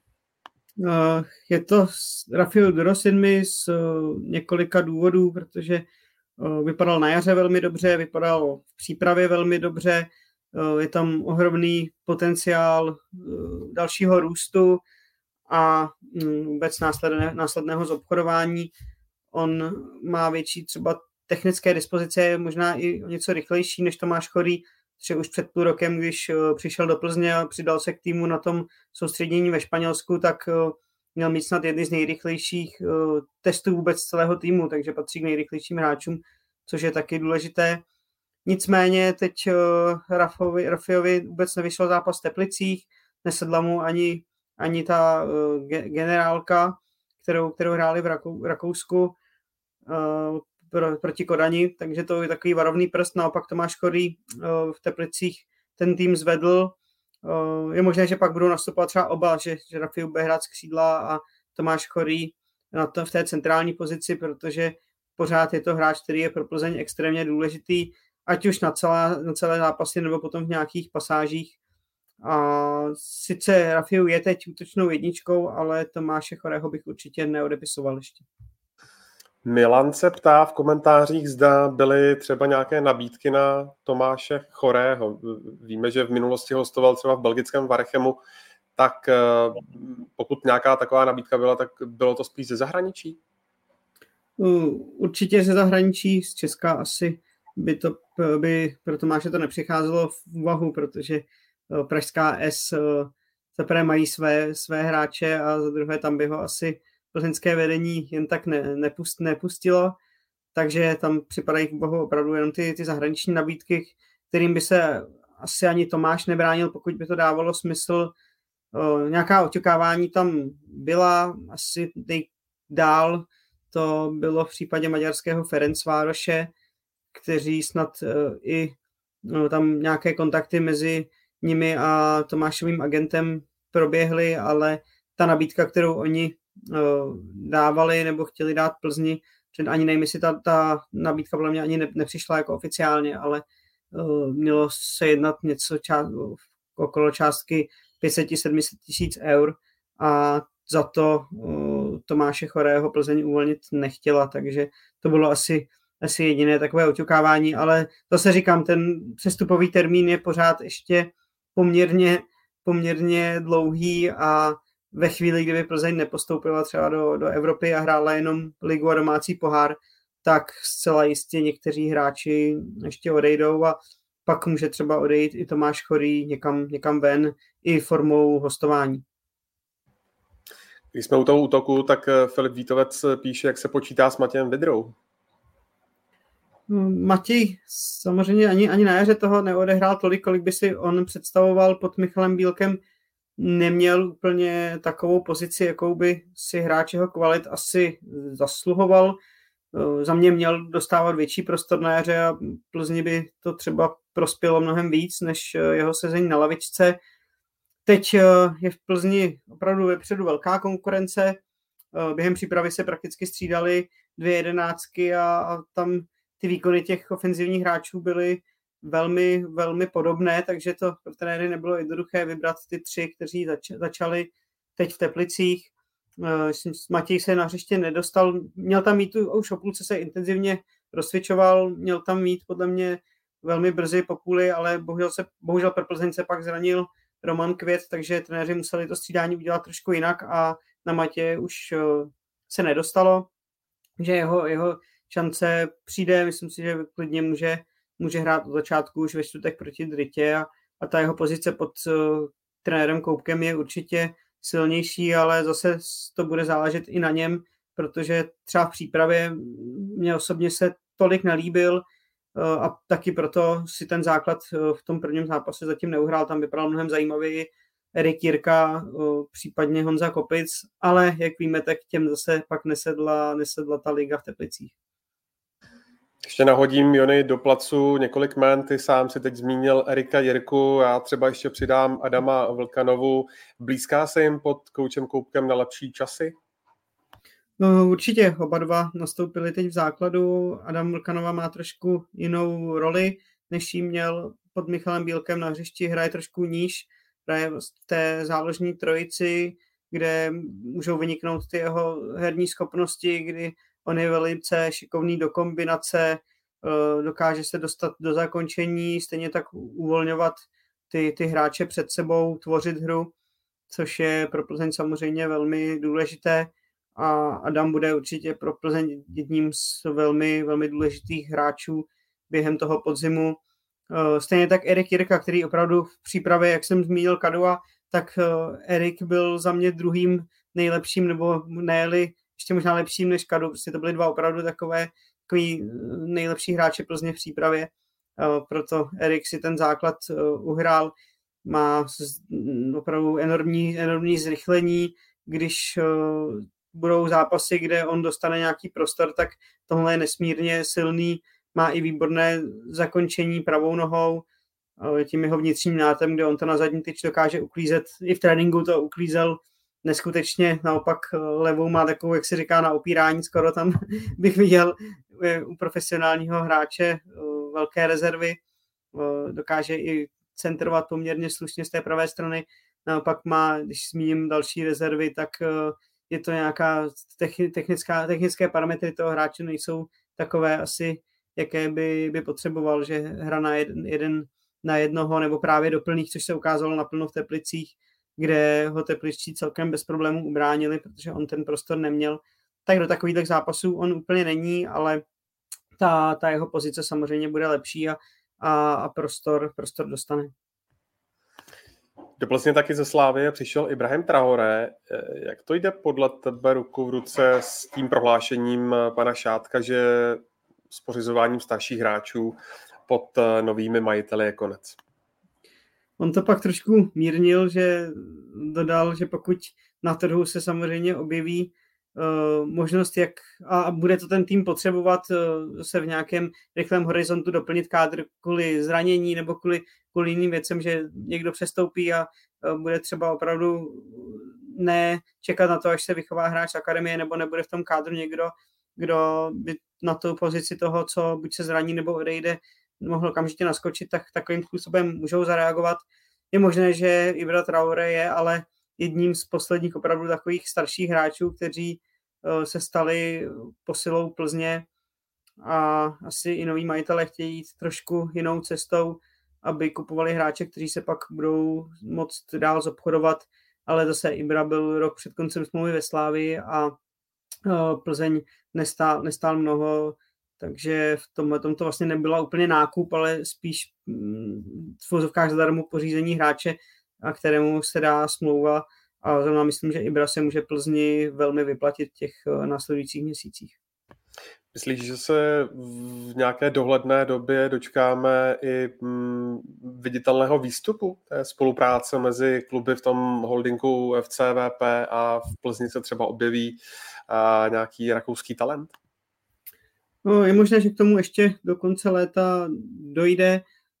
Je to Rafael Durosinmi z několika důvodů, protože vypadal na jaře velmi dobře, vypadal v přípravě velmi dobře, je tam ohromný potenciál dalšího růstu a vůbec následného zobchodování. On má větší třeba technické dispozice, možná i něco rychlejší než Tomáš Chorý, že už před půl rokem, když přišel do Plzně a přidal se k týmu na tom soustředění ve Španělsku, tak měl mít snad jedny z nejrychlejších testů vůbec celého týmu, takže patří k nejrychlejším hráčům, což je taky důležité. Nicméně teď Rafiovi vůbec nevyšel zápas v Teplicích, nesedla mu ani ta generálka, kterou hráli v Rakousku proti Kodani, takže to je takový varovný prst. Naopak Tomáš Chorý v Teplicích ten tým zvedl. Je možné, že pak budou nastupovat třeba oba, že Rafi bude hrát z křídla a Tomáš Chorý v té centrální pozici, protože pořád je to hráč, který je pro Plzeň extrémně důležitý, ať už na celé zápasy nebo potom v nějakých pasážích. A sice Rafiu je teď útočnou jedničkou, ale Tomáše Chorého bych určitě neodepisoval ještě. Milan se ptá v komentářích, zda byly třeba nějaké nabídky na Tomáše Chorého. Víme, že v minulosti hostoval třeba v belgickém Varechemu, tak pokud nějaká taková nabídka byla, tak bylo to spíš ze zahraničí? Určitě ze zahraničí, z Česka asi by pro Tomáše to nepřicházelo v úvahu, protože pražská S za prvé mají své hráče a za druhé tam by ho asi plzeňské vedení jen tak nepustilo, takže tam připadají v úvahu opravdu jenom ty zahraniční nabídky, kterým by se asi ani Tomáš nebránil, pokud by to dávalo smysl. Nějaká očekávání tam byla, asi dál to bylo v případě maďarského Ferencvároše, kteří snad i tam nějaké kontakty mezi nimi a Tomášovým agentem proběhly, ale ta nabídka, kterou oni dávali nebo chtěli dát Plzni, že ani nevím, jestli ta nabídka podle mě ani nepřišla jako oficiálně, ale mělo se jednat něco okolo částky 500-700 tisíc eur a za to Tomáše Chorého Plzeň uvolnit nechtěla, takže to bylo asi jediné takové oťukávání, ale zase říkám, ten přestupový termín je pořád ještě poměrně dlouhý a ve chvíli, kdyby Plzeň nepostoupila třeba do Evropy a hrála jenom ligu a domácí pohár, tak zcela jistě někteří hráči ještě odejdou a pak může třeba odejít i Tomáš Chorý někam ven i formou hostování. Když jsme u toho útoku, tak Filip Vítovec píše, jak se počítá s Matějem Vydrou. Matěj samozřejmě ani na jaře toho neodehrál tolik, kolik by si on představoval pod Michalem Bílkem. Neměl úplně takovou pozici, jakou by si hráč jeho kvalit asi zasluhoval. Za mě měl dostávat větší prostor na jaře a Plzni by to třeba prospělo mnohem víc, než jeho sezení na lavičce. Teď je v Plzni opravdu vepředu velká konkurence. Během přípravy se prakticky střídali 2 jedenáctky a tam ty výkony těch ofenzivních hráčů byly velmi, velmi podobné, takže to pro trenéry nebylo jednoduché vybrat ty 3, kteří začali teď v Teplicích. Matěj se na hřiště nedostal, měl tam mít už o půlce se intenzivně rozcvičoval, měl tam mít podle mě velmi brzy po půli, ale bohužel pro Plzeň se pak zranil Roman Květ, takže trenéři museli to střídání udělat trošku jinak a na Matěje už se nedostalo. že jeho šance přijde, myslím si, že klidně může hrát od začátku už ve čtvrtek proti Dritě a ta jeho pozice pod trenérem Koupkem je určitě silnější, ale zase to bude záležet i na něm, protože třeba v přípravě mě osobně se tolik nelíbil a taky proto si ten základ v tom prvním zápase zatím neuhrál, tam vypadal mnohem zajímavěji Erik Jirka, případně Honza Kopic, ale jak víme, tak těm zase pak nesedla ta liga v Teplicích. Ještě nahodím, Jony, do placu několik jmén. Ty sám si teď zmínil Erika Jirku, já třeba ještě přidám Adama Vlkanovu. Blízká se jim pod koučem Koupkem na lepší časy? No, určitě, oba dva nastoupili teď v základu. Adam Vlkanova má trošku jinou roli, než jí měl pod Michalem Bílkem na hřišti. Hraje trošku níž, hraje v té záložní trojici, kde můžou vyniknout ty jeho herní schopnosti, kdy on je velice šikovný do kombinace, dokáže se dostat do zakončení, stejně tak uvolňovat ty hráče před sebou, tvořit hru, což je pro Plzeň samozřejmě velmi důležité. A Adam bude určitě pro Plzeň jedním z velmi, velmi důležitých hráčů během toho podzimu. Stejně tak Erik Jirka, který opravdu v přípravě, jak jsem zmínil Kadua, tak Erik byl za mě druhým nejlepším, nebo ne-li ještě možná lepším než Kadu. Prostě to byly dva opravdu takový nejlepší hráči Plzně v přípravě. Proto Erik si ten základ uhrál. Má opravdu enormní zrychlení. Když budou zápasy, kde on dostane nějaký prostor, tak tohle je nesmírně silný. Má i výborné zakončení pravou nohou, tím jeho vnitřním nátem, kde on to na zadní tyč dokáže uklízet. I v tréninku to uklízel neskutečně, naopak levou má takovou, jak se říká, na opírání, skoro tam bych viděl u profesionálního hráče velké rezervy, dokáže i centrovat poměrně slušně z té pravé strany, naopak má, když zmíním další rezervy, tak je to nějaká technické parametry toho hráče nejsou takové asi, jaké by potřeboval, že hra na jeden na jednoho nebo právě doplných, což se ukázalo naplno v Teplicích, kde ho tepličtí celkem bez problémů ubránili, protože on ten prostor neměl. Tak do takových zápasů on úplně není, ale ta jeho pozice samozřejmě bude lepší a prostor dostane. Do Plzně taky ze Slávie přišel Ibrahim Traoré. Jak to jde podle tebe ruku v ruce s tím prohlášením pana Šátka, že s pořizováním starších hráčů pod novými majiteli je konec? On to pak trošku mírnil, že dodal, že pokud na trhu se samozřejmě objeví možnost, jak a bude to ten tým potřebovat se v nějakém rychlém horizontu doplnit kádr kvůli zranění nebo kvůli jiným věcem, že někdo přestoupí a bude třeba opravdu ne čekat na to, až se vychová hráč z akademie, nebo nebude v tom kádru někdo, kdo by na tu pozici toho, co buď se zraní nebo odejde, mohl okamžitě naskočit, tak takovým způsobem můžou zareagovat. Je možné, že Ibra Traoré je ale jedním z posledních opravdu takových starších hráčů, kteří se stali posilou Plzně a asi i noví majitelé chtějí jít trošku jinou cestou, aby kupovali hráče, kteří se pak budou moct dál zobchodovat, ale zase Ibra byl rok před koncem smlouvy ve Slávii a Plzeň nestál mnoho, takže v tomhle to vlastně nebyla úplně nákup, ale spíš v vozovkách zadarmo pořízení hráče, a kterému se dá smlouva. A zrovna myslím, že Ibra se může Plzni velmi vyplatit v těch následujících měsících. Myslíš, že se v nějaké dohledné době dočkáme i viditelného výstupu té spolupráce mezi kluby v tom holdingu FCVP a v Plzni se třeba objeví nějaký rakouský talent? No, je možné, že k tomu ještě do konce léta dojde.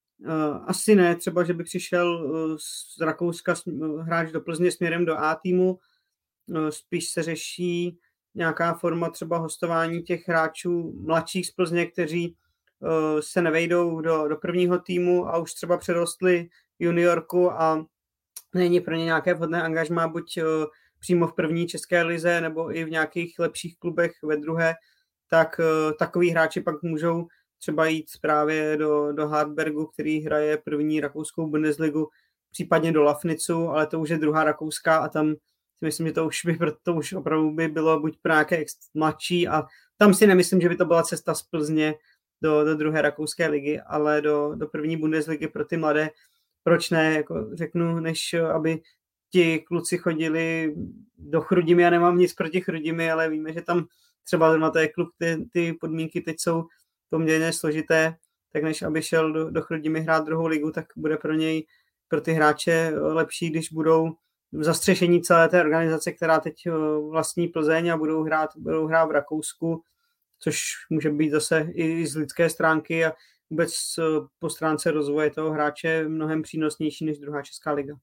Asi ne, třeba, že by přišel z Rakouska hráč do Plzně směrem do A týmu. Spíš se řeší nějaká forma třeba hostování těch hráčů mladších z Plzně, kteří se nevejdou do prvního týmu a už třeba přerostli juniorku a není pro ně nějaké vhodné angažmá, buď přímo v první české lize nebo i v nějakých lepších klubech ve druhé, tak takový hráči pak můžou třeba jít právě do Hartbergu, který hraje první rakouskou Bundesligu, případně do Lafnicu, ale to už je druhá rakouská a tam si myslím, že to už opravdu by bylo buď pro nějaké mladší a tam si nemyslím, že by to byla cesta z Plzně do druhé rakouské ligy, ale do první Bundesligy pro ty mladé. Proč ne, jako řeknu, než aby ti kluci chodili do Chrudimi. Já nemám nic proti Chrudimi, ale víme, že tam třeba zrovna to je klub, ty podmínky teď jsou poměrně složité, tak než aby šel do Chrudimi hrát druhou ligu, tak bude pro ty hráče lepší, když budou v zastřešení celé té organizace, která teď vlastní Plzeň a budou hrát v Rakousku, což může být zase i z lidské stránky a vůbec po stránce rozvoje toho hráče mnohem přínosnější než druhá česká liga.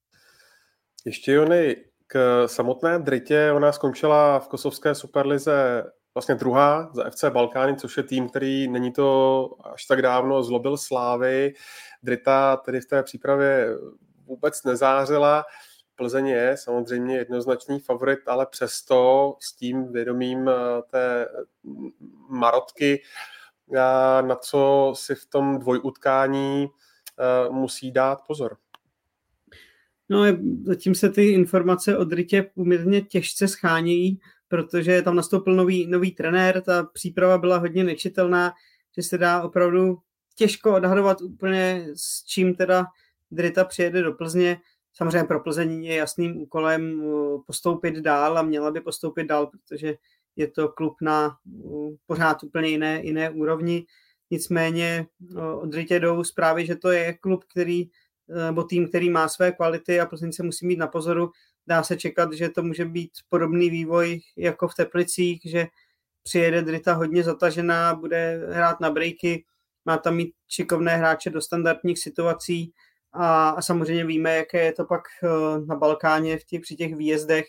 Ještě Jony, k samotné Dritě, ona skončila v kosovské superlize vlastně druhá za FC Balkány, což je tým, který není to až tak dávno zlobil Slávy. Drita tedy v té přípravě vůbec nezářila. Plzeň je samozřejmě jednoznačný favorit, ale přesto s tím vědomím té marotky, na co si v tom dvojutkání musí dát pozor. No, zatím se ty informace o Dritě poměrně těžce schánějí, protože tam nastoupil nový trenér, ta příprava byla hodně nečitelná, že se dá opravdu těžko odhadovat úplně, s čím teda Drita přijede do Plzně. Samozřejmě pro Plzeň je jasným úkolem postoupit dál a měla by postoupit dál, protože je to klub na pořád úplně jiné úrovni. Nicméně od Dritě jdou zprávy, že to je klub, nebo tým, který má své kvality a Plzeň se musí mít na pozoru. Dá se čekat, že to může být podobný vývoj jako v Teplicích, že přijede Drita hodně zatažená, bude hrát na breaky, má tam mít šikovné hráče do standardních situací a samozřejmě víme, jaké je to pak na Balkáně při těch výjezdech.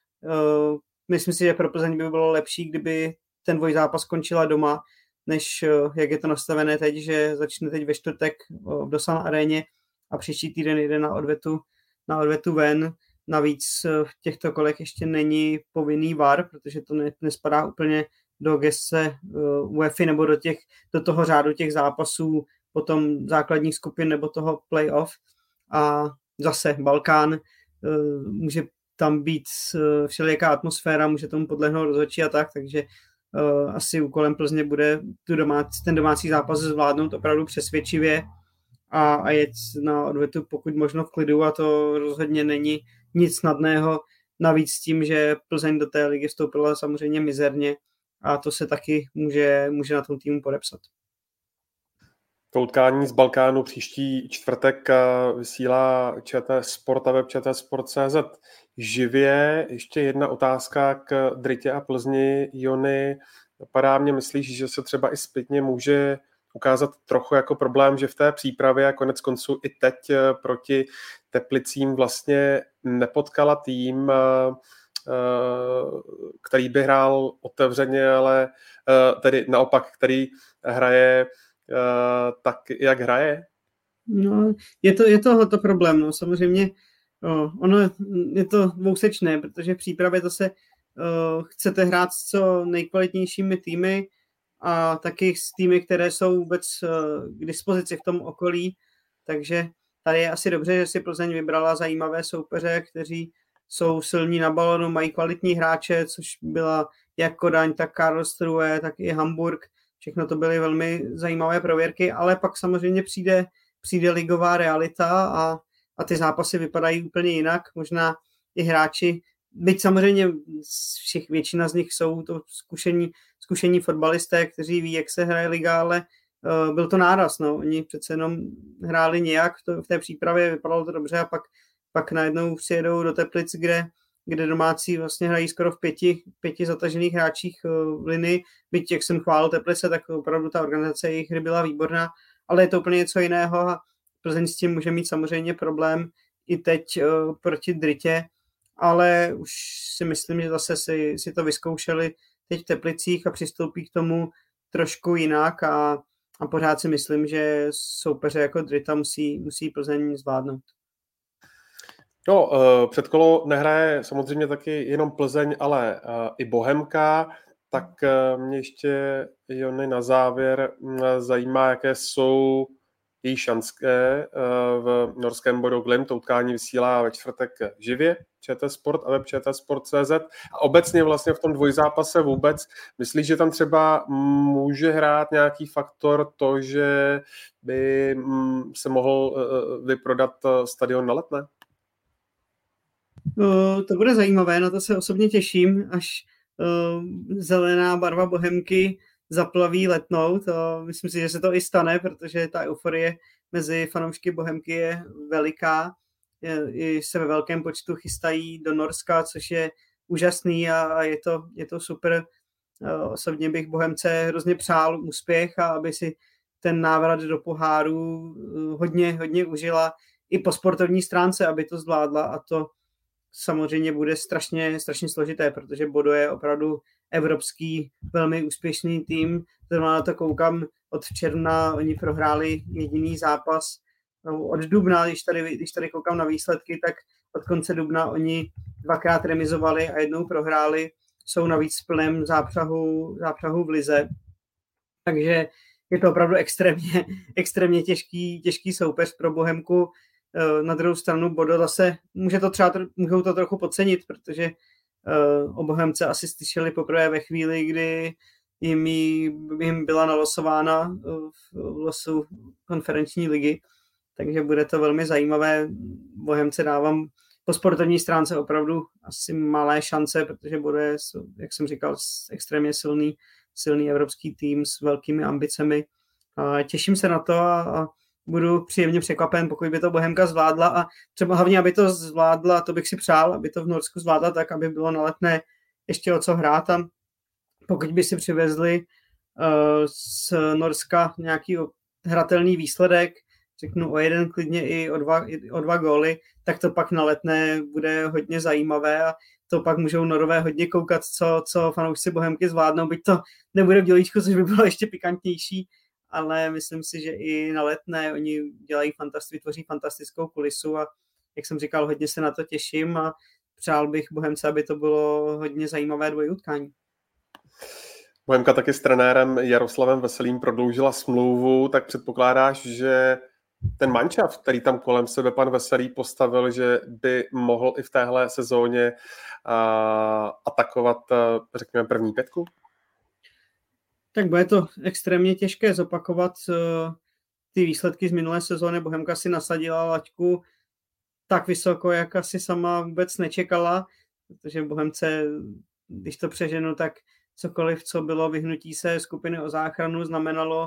Myslím si, že pro Plzeň by bylo lepší, kdyby ten dvojzápas skončila doma, než jak je to nastavené teď, že začne teď ve čtvrtek v Dosan aréně a příští týden jde na odvetu ven. Navíc v těchto kolech ještě není povinný VAR, protože to nespadá úplně do gesce UEFA nebo do toho řádu těch zápasů, potom základních skupin nebo toho playoff. A zase Balkán, může tam být všelijaká atmosféra, může tomu podlehnout rozhodčí a tak, takže asi úkolem Plzně bude ten domácí zápas zvládnout opravdu přesvědčivě a jet na odvetu pokud možno v klidu, a to rozhodně není nic snadného, navíc s tím, že Plzeň do té ligy vstoupila samozřejmě mizerně a to se taky může na tom týmu podepsat. To utkání z Balkánu příští čtvrtek vysílá ČT Sport a web čtsport.cz živě. Ještě jedna otázka k Dritě a Plzni. Jony, napadá mě, myslíš, že se třeba i zpětně může ukázat trochu jako problém, že v té přípravě a konec konců i teď proti Teplicím vlastně nepotkala tým, který by hrál otevřeně, ale tedy naopak, který hraje tak, jak hraje? No, je to problém, no, samozřejmě. Ono je to dvousečné, protože v přípravě zase chcete hrát s co nejkvalitnějšími týmy a taky s týmy, které jsou vůbec k dispozici v tom okolí, takže tady je asi dobře, že si Plzeň vybrala zajímavé soupeře, kteří jsou silní na balonu, mají kvalitní hráče, což byla jak Kodaň, tak Karlsruhe, tak i Hamburg. Všechno to byly velmi zajímavé prověrky, ale pak samozřejmě přijde ligová realita a ty zápasy vypadají úplně jinak. Možná i hráči, byť samozřejmě většina z nich jsou to zkušení fotbalisté, kteří ví, jak se hraje liga, ale byl to náraz. No. Oni přece jenom hráli nějak v té přípravě, vypadalo to dobře a pak najednou přijedou do Teplic, kde domácí vlastně hrají skoro v pěti zatažených hráčích v linii. Byť, jak jsem chválil Teplice, tak opravdu ta organizace jejich hry byla výborná, ale je to úplně něco jiného a Plzeň s tím může mít samozřejmě problém i teď proti Dritě, ale už si myslím, že zase si to vyzkoušeli teď v Teplicích a přistoupí k tomu trošku jinak a pořád si myslím, že soupeře jako Drita musí Plzeň zvládnout. No, předkolo nehraje samozřejmě taky jenom Plzeň, ale i Bohemka, tak mě ještě, Jony, na závěr zajímá, jaké jsou její šanské v norském Bodo Glimt. To utkání vysílá ve čtvrtek živě ČT Sport a web čtsport.cz. A obecně vlastně v tom dvojzápase vůbec myslíš, že tam třeba může hrát nějaký faktor to, že by se mohl vyprodat stadion na Letné? To bude zajímavé, na to se osobně těším, až zelená barva Bohemky zaplaví Letnou. Myslím si, že se to i stane, protože ta euforie mezi fanoušky Bohemky je veliká. I se ve velkém počtu chystají do Norska, což je úžasný a je to super. Osobně bych Bohemce hrozně přál úspěch a aby si ten návrat do poháru hodně užila i po sportovní stránce, aby to zvládla, a to samozřejmě bude strašně složité, protože Bodo je opravdu evropský velmi úspěšný tým. Zrovna na to koukám od června, oni prohráli jediný zápas. Od dubna, když tady koukám na výsledky, tak od konce dubna oni 2krát remizovali a jednou prohráli. Jsou navíc v plném zápřahu v lize. Takže je to opravdu extrémně těžký soupeř pro Bohemku. Na druhou stranu Bodo zase můžou to trochu podcenit, protože o Bohemce asi slyšeli poprvé ve chvíli, kdy jim byla nalosována v losu konferenční ligy, takže bude to velmi zajímavé. Bohemce dávám po sportovní stránce opravdu asi malé šance, protože Bodo je, jak jsem říkal, extrémně silný evropský tým s velkými ambicemi. Těším se na to a budu příjemně překvapen, pokud by to Bohemka zvládla, a třeba hlavně, aby to zvládla, to bych si přál, aby to v Norsku zvládla tak, aby bylo na Letné ještě o co hrát. A pokud by si přivezli z Norska nějaký hratelný výsledek, řeknu o jeden, klidně i o dva góly, tak to pak na Letné bude hodně zajímavé a to pak můžou Norové hodně koukat, co fanoušci Bohemky zvládnou, byť to nebude v dělíčku, což by bylo ještě pikantnější, ale myslím si, že i na Letné oni vytvoří fantastickou kulisu a jak jsem říkal, hodně se na to těším a přál bych Bohemce, aby to bylo hodně zajímavé dvojutkání. Bohemka taky s trenérem Jaroslavem Veselým prodloužila smlouvu, tak předpokládáš, že ten manšaft, který tam kolem sebe pan Veselý postavil, že by mohl i v téhle sezóně atakovat, řekněme, první pětku? Tak bude to extrémně těžké zopakovat ty výsledky z minulé sezóny. Bohemka si nasadila laťku tak vysoko, jak asi sama vůbec nečekala, protože Bohemce, když to přeženu, tak cokoliv, co bylo vyhnutí se skupiny o záchranu, znamenalo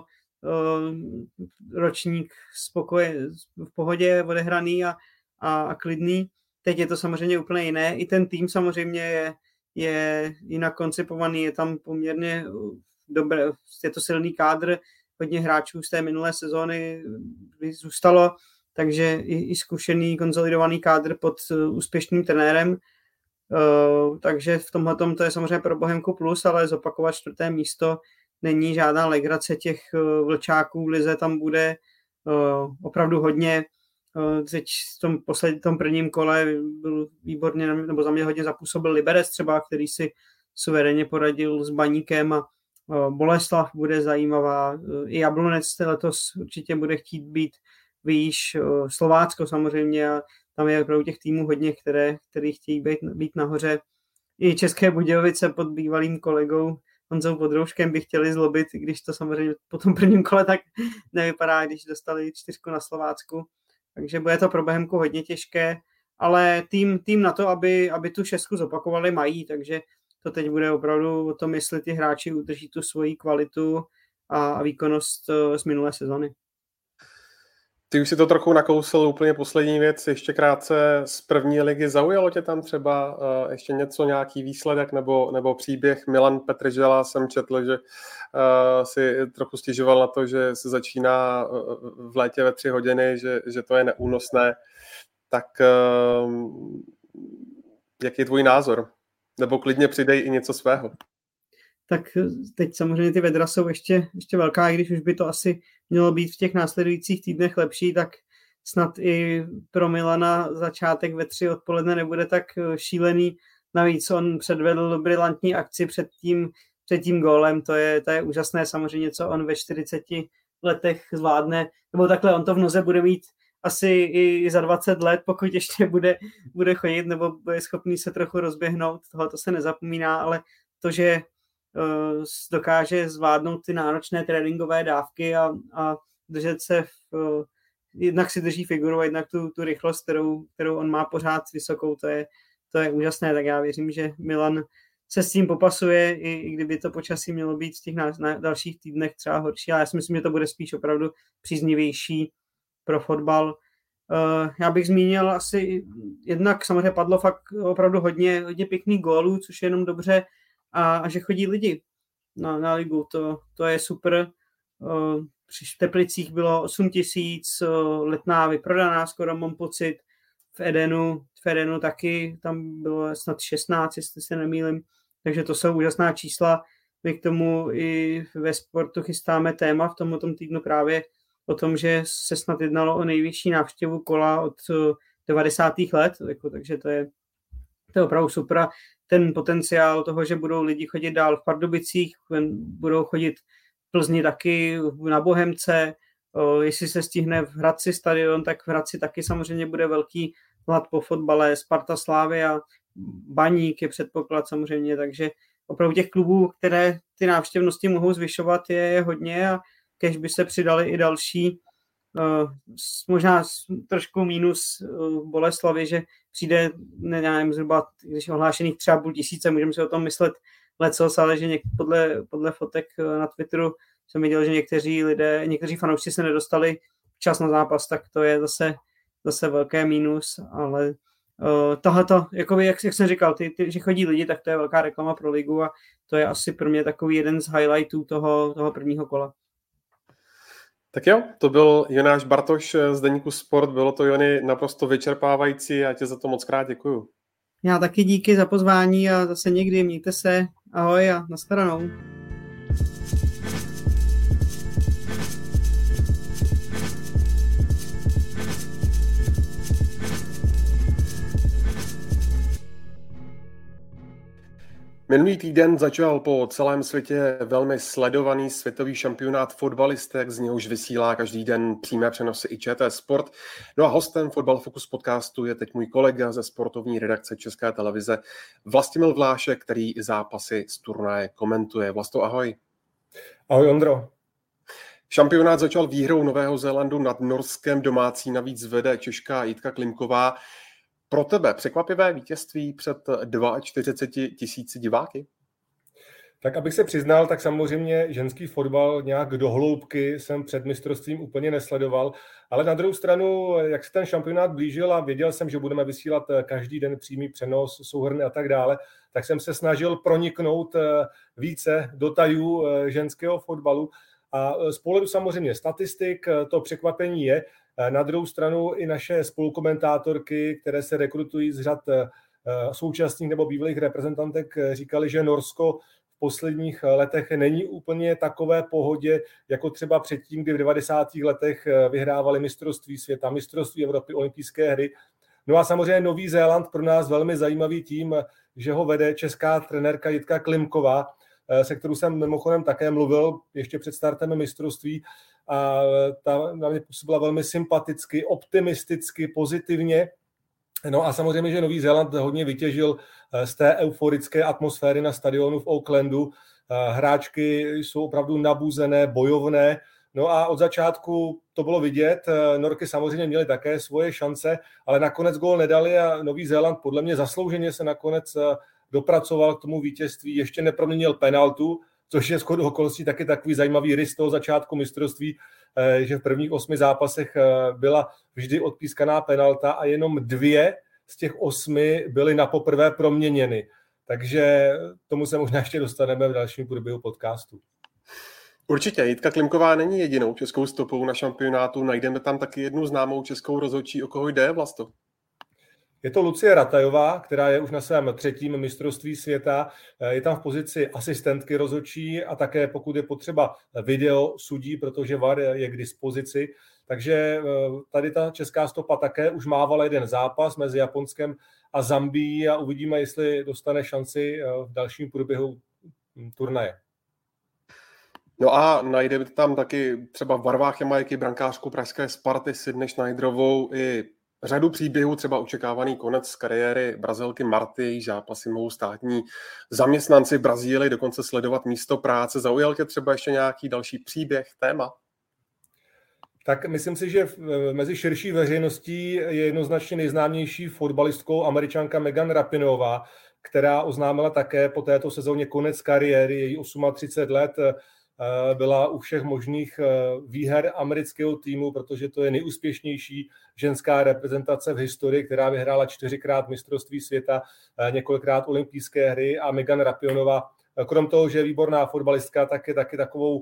ročník v pohodě odehraný a klidný. Teď je to samozřejmě úplně jiné. I ten tým samozřejmě je jinak koncipovaný, je tam poměrně dobré, je to silný kádr, hodně hráčů z té minulé sezóny zůstalo, takže i zkušený, konsolidovaný kádr pod úspěšným trenérem. Takže v tomhletom to je samozřejmě pro Bohemku plus, ale zopakovat 4. místo není žádná legrace, těch vlčáků v lize tam bude opravdu hodně. Teď v tom prvním kole byl výborně, nebo za mě hodně zapůsobil Liberec třeba, který si suverénně poradil s Baníkem, a Boleslav bude zajímavá. I Jablonec letos určitě bude chtít být výš, Slovácko samozřejmě, a tam je opravdu těch týmů hodně, který chtějí být nahoře. I České Budějovice pod bývalým kolegou Honzou Podrouškem by chtěli zlobit, když to samozřejmě po tom prvním kole tak nevypadá, když dostali 4 na Slovácku. Takže bude to pro Bohemku hodně těžké, ale tým na to, aby tu 6 zopakovali, mají, takže to teď bude opravdu o tom, jestli ty hráči udrží tu svoji kvalitu a výkonnost z minulé sezony. Ty už si to trochu nakousil, úplně poslední věc, ještě krátce z první ligy. Zaujalo tě tam třeba ještě nějaký výsledek nebo příběh? Milan Petržela jsem četl, že si trochu stěžoval na to, že se začíná v létě ve 3 hodiny, že to je neúnosné. Tak jaký je tvůj názor? Nebo klidně přidej i něco svého. Tak teď samozřejmě ty vedra jsou ještě velká, i když už by to asi mělo být v těch následujících týdnech lepší, tak snad i pro Milana začátek ve 3 odpoledne nebude tak šílený. Navíc on předvedl brilantní akci před tím gólem, to je úžasné samozřejmě, co on ve letech zvládne, nebo takhle on to v noze bude mít asi i za 20 let, pokud ještě bude chodit, nebo bude schopný se trochu rozběhnout, tohle se nezapomíná, ale to, že dokáže zvládnout ty náročné tréninkové dávky a držet se jednak si drží figuru a jednak tu rychlost, kterou on má pořád vysokou, to je úžasné, tak já věřím, že Milan se s tím popasuje, i kdyby to počasí mělo být v těch dalších týdnech třeba horší, ale já si myslím, že to bude spíš opravdu příznivější pro fotbal. Já bych zmínil asi, jednak samozřejmě padlo fakt opravdu hodně pěkných gólů, což je jenom dobře, a že chodí lidi na ligu, to je super. Při Teplicích bylo 8 000, Letná vyprodaná skoro, mám pocit, v Edenu taky, tam bylo snad 16, jestli se nemýlim, takže to jsou úžasná čísla. My k tomu i ve sportu chystáme téma v tomto týdnu právě o tom, že se snad jednalo o nejvyšší návštěvu kola od 90. let, takže to je opravdu super. Ten potenciál toho, že budou lidi chodit dál v Pardubicích, budou chodit v Plzni taky, na Bohemce, jestli se stihne v Hradci stadion, tak v Hradci taky samozřejmě bude velký hlad po fotbale, Sparta, Slavia, Baník je předpoklad samozřejmě, takže opravdu těch klubů, které ty návštěvnosti mohou zvyšovat, je hodně a kež by se přidali i další, možná trošku mínus Boleslavy, že přijde, nevím, zhruba, když je ohlášených třeba 500, můžeme si o tom myslet lecos, ale že podle fotek na Twitteru jsem viděl, že někteří fanoušci se nedostali včas na zápas, tak to je zase velké mínus, ale tohleto, jakoby, jak jsem říkal, že chodí lidi, tak to je velká reklama pro ligu a to je asi pro mě takový jeden z highlightů toho prvního kola. Tak jo, to byl Jonáš Bartoš z deníku Sport, bylo to, Jony, naprosto vyčerpávající a tě za to moc krát děkuju. Já taky díky za pozvání a zase někdy, mějte se, ahoj a nashledanou. Minulý týden začal po celém světě velmi sledovaný světový šampionát fotbalistek, z něhož vysílá každý den přímé přenosy i ČT Sport. No a hostem Fotbal Focus podcastu je teď můj kolega ze sportovní redakce České televize Vlastimil Vlášek, který zápasy z turnaje komentuje. Vlasto, ahoj. Ahoj, Ondro. Šampionát začal výhrou Nového Zélandu nad Norskem, domácí navíc vede Češka Jitka Klimková. Pro tebe překvapivé vítězství před 42 000 diváky? Tak abych se přiznal, tak samozřejmě ženský fotbal nějak do hloubky jsem před mistrovstvím úplně nesledoval, ale na druhou stranu, jak se ten šampionát blížil a věděl jsem, že budeme vysílat každý den přímý přenos, souhrny a tak dále, tak jsem se snažil proniknout více do tajů ženského fotbalu a z pohledu samozřejmě statistik to překvapení je. Na druhou stranu i naše spolukomentátorky, které se rekrutují z řad současných nebo bývalých reprezentantek, říkali, že Norsko v posledních letech není úplně takové pohodě, jako třeba předtím, kdy v 90. letech vyhrávali mistrovství světa, mistrovství Evropy, olympijské hry. No a samozřejmě Nový Zéland pro nás velmi zajímavý tým, že ho vede česká trenérka Jitka Klimková, se kterou jsem mimochodem také mluvil ještě před startem mistrovství a ta na mě působila velmi sympaticky, optimisticky, pozitivně. No a samozřejmě, že Nový Zéland hodně vytěžil z té euforické atmosféry na stadionu v Aucklandu. Hráčky jsou opravdu nabuzené, bojovné. No a od začátku to bylo vidět. Norky samozřejmě měly také svoje šance, ale nakonec gól nedali a Nový Zéland podle mě zaslouženě se nakonec dopracoval k tomu vítězství. Ještě neproměnil penaltu, což je shodou okolností taky takový zajímavý rys toho začátku mistrovství, že v prvních 8 zápasech byla vždy odpískaná penalta a jenom 2 z těch 8 byly napoprvé proměněny. Takže tomu se možná ještě dostaneme v dalším průběhu podcastu. Určitě, Jitka Klimková není jedinou českou stopou na šampionátu, najdeme tam taky jednu známou českou rozhodčí, o koho jde, Vlasto? Je to Lucie Ratajová, která je už na svém 3. mistrovství světa. Je tam v pozici asistentky rozhodčí a také pokud je potřeba video sudí, protože VAR je k dispozici. Takže tady ta česká stopa také už mávala jeden zápas mezi Japonskem a Zambií a uvidíme, jestli dostane šanci v dalším průběhu turnaje. No a najdeme tam taky třeba v barvách Jamajky brankářku pražské Sparty Sydney Schneiderovou i řadu příběhů, třeba očekávaný konec kariéry Brazilky Marty, zápasy mohou státní zaměstnanci v Brazílii dokonce sledovat místo práce. Zaujal tě třeba ještě nějaký další příběh, téma? Tak myslím si, že mezi širší veřejností je jednoznačně nejznámější fotbalistkou Američanka Megan Rapinoeová, která oznámila také po této sezóně konec kariéry, její 38 let, byla u všech možných výher amerického týmu, protože to je nejúspěšnější ženská reprezentace v historii, která vyhrála 4krát mistrovství světa, několikrát olympijské hry a Megan Rapinoeová, krom toho, že je výborná fotbalistka, tak je taky takovou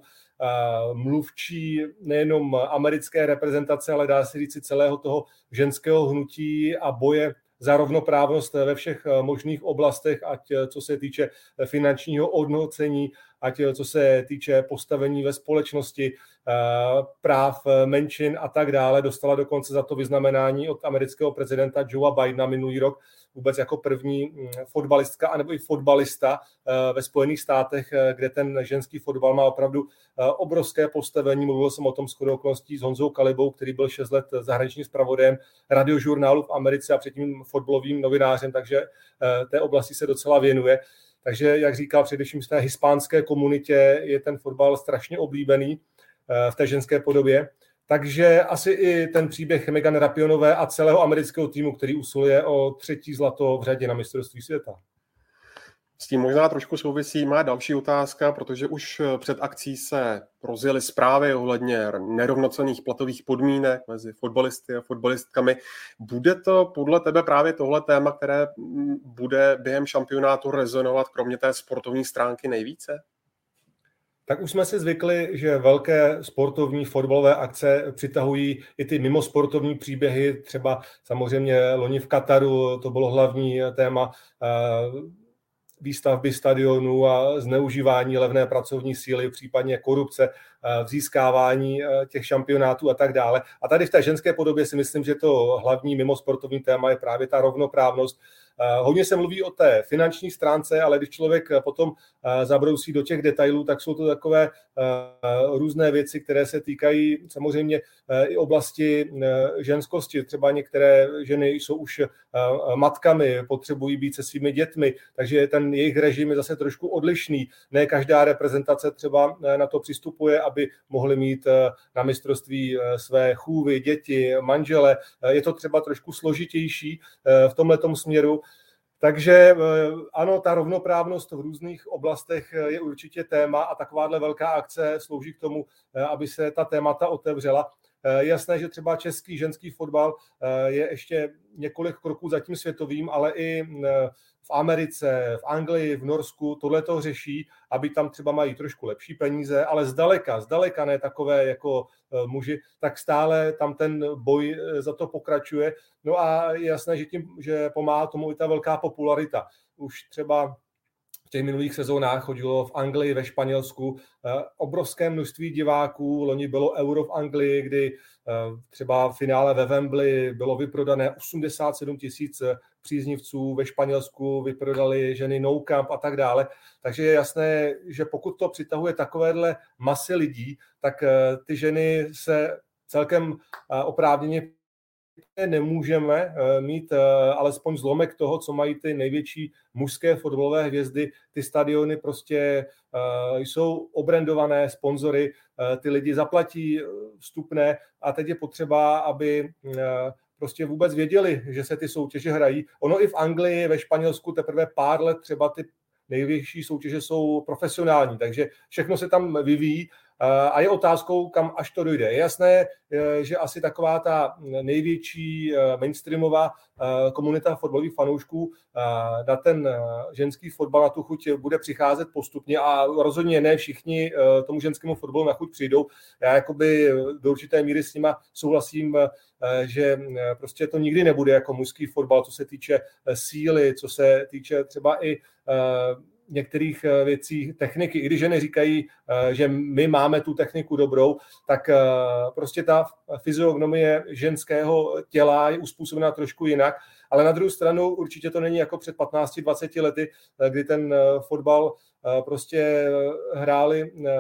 mluvčí nejenom americké reprezentace, ale dá se říct celého toho ženského hnutí a boje za rovnoprávnost ve všech možných oblastech, ať co se týče finančního ohodnocení, ať co se týče postavení ve společnosti, práv menšin a tak dále. Dostala dokonce za to vyznamenání od amerického prezidenta Joea Bidena minulý rok, vůbec jako první fotbalistka anebo i fotbalista ve Spojených státech, kde ten ženský fotbal má opravdu obrovské postavení. Mluvil jsem o tom shodou okolností s Honzou Kalibou, který byl 6 let zahraničním zpravodajem radiožurnálu v Americe a předtím fotbalovým novinářem, takže té oblasti se docela věnuje. Takže, jak říkal, především v té hispánské komunitě je ten fotbal strašně oblíbený v té ženské podobě. Takže asi i ten příběh Megan Rapinoeové a celého amerického týmu, který usiluje o 3. zlato v řadě na mistrovství světa. S tím možná trošku souvisí má další otázka, protože už před akcí se rozjely zprávy ohledně nerovnocenných platových podmínek mezi fotbalisty a fotbalistkami. Bude to podle tebe právě tohle téma, které bude během šampionátu rezonovat kromě té sportovní stránky nejvíce? Tak už jsme si zvykli, že velké sportovní fotbalové akce přitahují i ty mimosportovní příběhy, třeba samozřejmě loni v Kataru, to bylo hlavní téma výstavby stadionů a zneužívání levné pracovní síly, případně korupce, v získávání těch šampionátů a tak dále. A tady v té ženské podobě si myslím, že to hlavní mimosportovní téma je právě ta rovnoprávnost. Hodně se mluví o té finanční stránce, ale když člověk potom zabrousí do těch detailů, tak jsou to takové různé věci, které se týkají samozřejmě i oblasti ženskosti. Třeba některé ženy jsou už matkami, potřebují být se svými dětmi, takže ten jejich režim je zase trošku odlišný. Ne každá reprezentace třeba na to přistupuje, aby mohli mít na mistrovství své chůvy, děti, manžele. Je to třeba trošku složitější v tomhletom směru. Takže ano, ta rovnoprávnost v různých oblastech je určitě téma a takováhle velká akce slouží k tomu, aby se ta témata otevřela. Je jasné, že třeba český ženský fotbal je ještě několik kroků za tím světovým, ale i v Americe, v Anglii, v Norsku tohle to řeší, aby tam třeba mají trošku lepší peníze, ale zdaleka ne takové jako muži, tak stále tam ten boj za to pokračuje. No a je jasné, že pomáhá tomu i ta velká popularita. Už třeba v těch minulých sezónách chodilo v Anglii, ve Španělsku obrovské množství diváků. Loni bylo Euro v Anglii, kdy třeba v finále ve Wembley bylo vyprodané 87 000 příznivců, ve Španělsku vyprodali ženy No Camp a tak dále. Takže je jasné, že pokud to přitahuje takovéhle masy lidí, tak ty ženy se celkem oprávněně nemůžeme mít alespoň zlomek toho, co mají ty největší mužské fotbalové hvězdy. Ty stadiony prostě jsou obrandované sponzory, ty lidi zaplatí vstupné a teď je potřeba, aby prostě vůbec věděli, že se ty soutěže hrají. Ono i v Anglii, ve Španělsku teprve pár let třeba ty nejvyšší soutěže jsou profesionální, takže všechno se tam vyvíjí a je otázkou, kam až to dojde. Je jasné, že asi taková ta největší mainstreamová komunita fotbalových fanoušků na ten ženský fotbal na tu chuť bude přicházet postupně a rozhodně ne všichni tomu ženskému fotbalu na chuť přijdou. Já jakoby do určité míry s nima souhlasím, že prostě to nikdy nebude jako mužský fotbal, co se týče síly, co se týče třeba i některých věcí techniky. I když ženy říkají, že my máme tu techniku dobrou, tak prostě ta fyziognomie ženského těla je uspůsobena trošku jinak, ale na druhou stranu určitě to není jako před 15-20 lety, kdy ten fotbal prostě hráli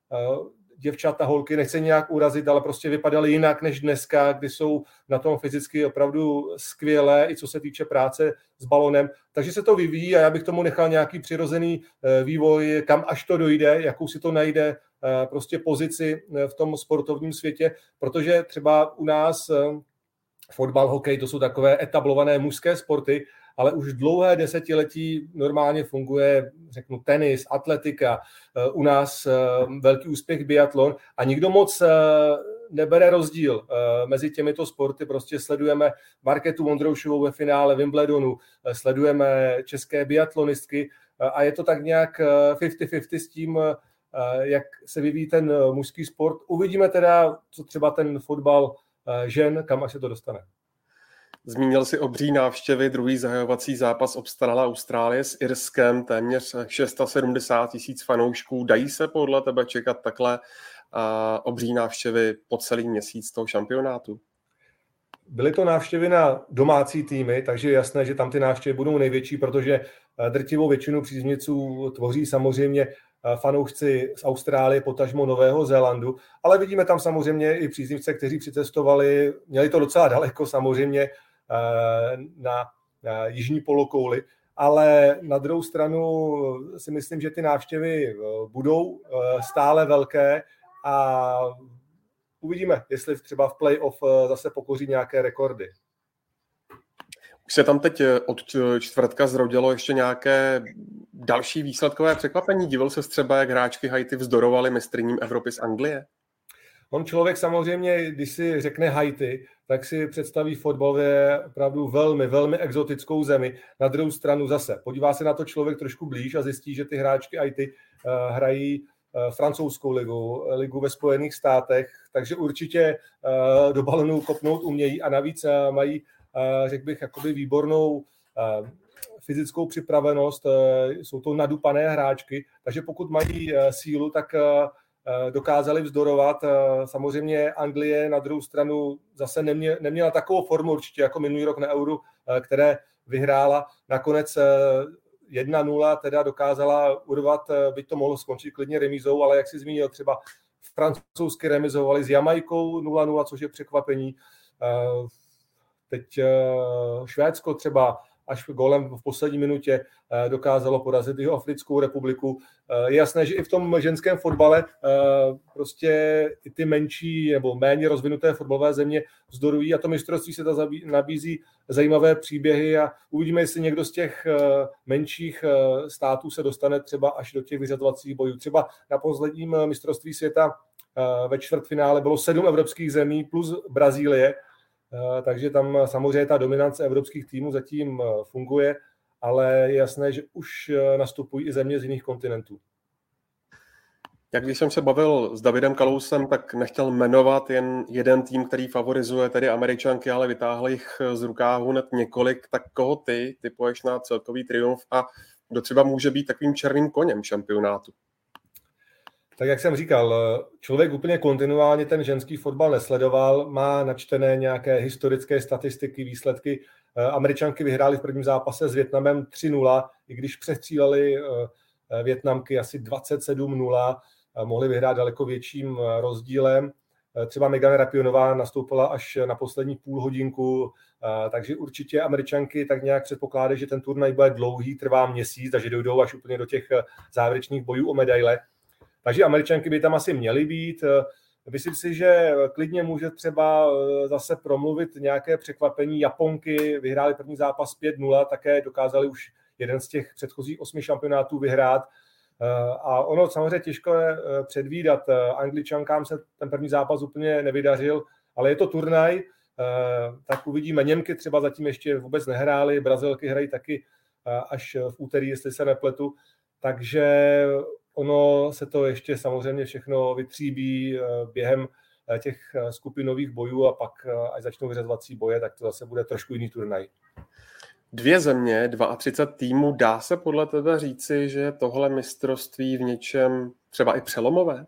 děvčata, holky, nechci nějak urazit, ale prostě vypadaly jinak než dneska, kdy jsou na tom fyzicky opravdu skvělé, i co se týče práce s balonem. Takže se to vyvíjí a já bych tomu nechal nějaký přirozený vývoj, kam až to dojde, jakou si to najde prostě pozici v tom sportovním světě, protože třeba u nás fotbal, hokej, to jsou takové etablované mužské sporty, ale už dlouhé desetiletí normálně funguje, řeknu, tenis, atletika, u nás velký úspěch biatlon a nikdo moc nebere rozdíl mezi těmito sporty. Prostě sledujeme Markétu Vondroušovou ve finále Wimbledonu, sledujeme české biatlonistky a je to tak nějak 50-50 s tím, jak se vyvíjí ten mužský sport. Uvidíme teda, co třeba ten fotbal žen, kam až se to dostane. Zmínil si obří návštěvy, druhý zahajovací zápas obstarala Austrálie s Irskem, téměř 670 000 fanoušků. Dají se podle tebe čekat takhle obří návštěvy po celý měsíc toho šampionátu? Byly to návštěvy na domácí týmy, takže je jasné, že tam ty návštěvy budou největší, protože drtivou většinu příznivců tvoří samozřejmě fanoušci z Austrálie, potažmo Nového Zélandu, ale vidíme tam samozřejmě i příznivce, kteří přicestovali, měli to docela daleko samozřejmě na jižní polokouli, ale na druhou stranu si myslím, že ty návštěvy budou stále velké a uvidíme, jestli třeba v play-off zase pokoří nějaké rekordy. Už se tam teď od čtvrtka zrodilo ještě nějaké další výsledkové překvapení? Divil se třeba, jak hráčky Haiti vzdorovali mistryním Evropy z Anglie? On člověk samozřejmě, když si řekne Haiti, tak si představí fotbalově opravdu velmi, velmi exotickou zemi. Na druhou stranu zase, podívá se na to člověk trošku blíž a zjistí, že ty hráčky Haiti hrají francouzskou ligu ve Spojených státech, takže určitě do balonu kopnout umějí a navíc mají, řekl bych, jakoby výbornou fyzickou připravenost, jsou to nadupané hráčky, takže pokud mají sílu, tak dokázali vzdorovat. Samozřejmě Anglie na druhou stranu zase neměla takovou formu určitě jako minulý rok na Euro, které vyhrála. Nakonec 1-0 teda dokázala urvat, byť to mohlo skončit klidně remízou, ale jak si zmínil, třeba francouzsky remizovali s Jamajkou 0-0, což je překvapení. Teď Švédsko třeba až gólem v poslední minutě dokázalo porazit Jihoafrickou republiku. Je jasné, že i v tom ženském fotbale prostě i ty menší nebo méně rozvinuté fotbalové země vzdorují a to mistrovství se nabízí zajímavé příběhy a uvidíme, jestli někdo z těch menších států se dostane třeba až do těch vyřazovacích bojů. Třeba na posledním mistrovství světa ve čtvrtfinále bylo 7 evropských zemí plus Brazílie, takže tam samozřejmě ta dominance evropských týmů zatím funguje, ale je jasné, že už nastupují i země z jiných kontinentů. Jak když jsem se bavil s Davidem Kalousem, tak nechtěl jmenovat jen jeden tým, který favorizuje tedy Američanky, ale vytáhl jich z rukávu hned několik. Tak koho ty typuješ na celkový triumf a kdo třeba může být takovým černým koněm šampionátu? Tak jak jsem říkal, člověk úplně kontinuálně ten ženský fotbal nesledoval, má načtené nějaké historické statistiky, výsledky. Američanky vyhrály v prvním zápase s Vietnamem 3-0, i když přestříleli Vietnamky asi 27-0, mohli vyhrát daleko větším rozdílem. Třeba Megan Rapionová nastoupila až na poslední půl hodinku, takže určitě Američanky tak nějak předpokládají, že ten turnaj bude dlouhý, trvá měsíc, takže dojdou až úplně do těch závěrečných bojů o medaile. Takže Američanky by tam asi měly být. Myslím si, že klidně může třeba zase promluvit nějaké překvapení. Japonky vyhrály první zápas 5-0, také dokázali už jeden z těch předchozích 8 šampionátů vyhrát. A ono samozřejmě těžko je předvídat. Angličankám se ten první zápas úplně nevydařil, ale je to turnaj, tak uvidíme. Němky třeba zatím ještě vůbec nehrály, Brazilky hrají taky až v úterý, jestli se nepletu. Takže ono se to ještě samozřejmě všechno vytříbí během těch skupinových bojů a pak, až začnou vyřazovací boje, tak to zase bude trošku jiný turnaj. 2 země, 32 týmů, dá se podle tebe říci, že tohle mistrovství v něčem třeba i přelomové?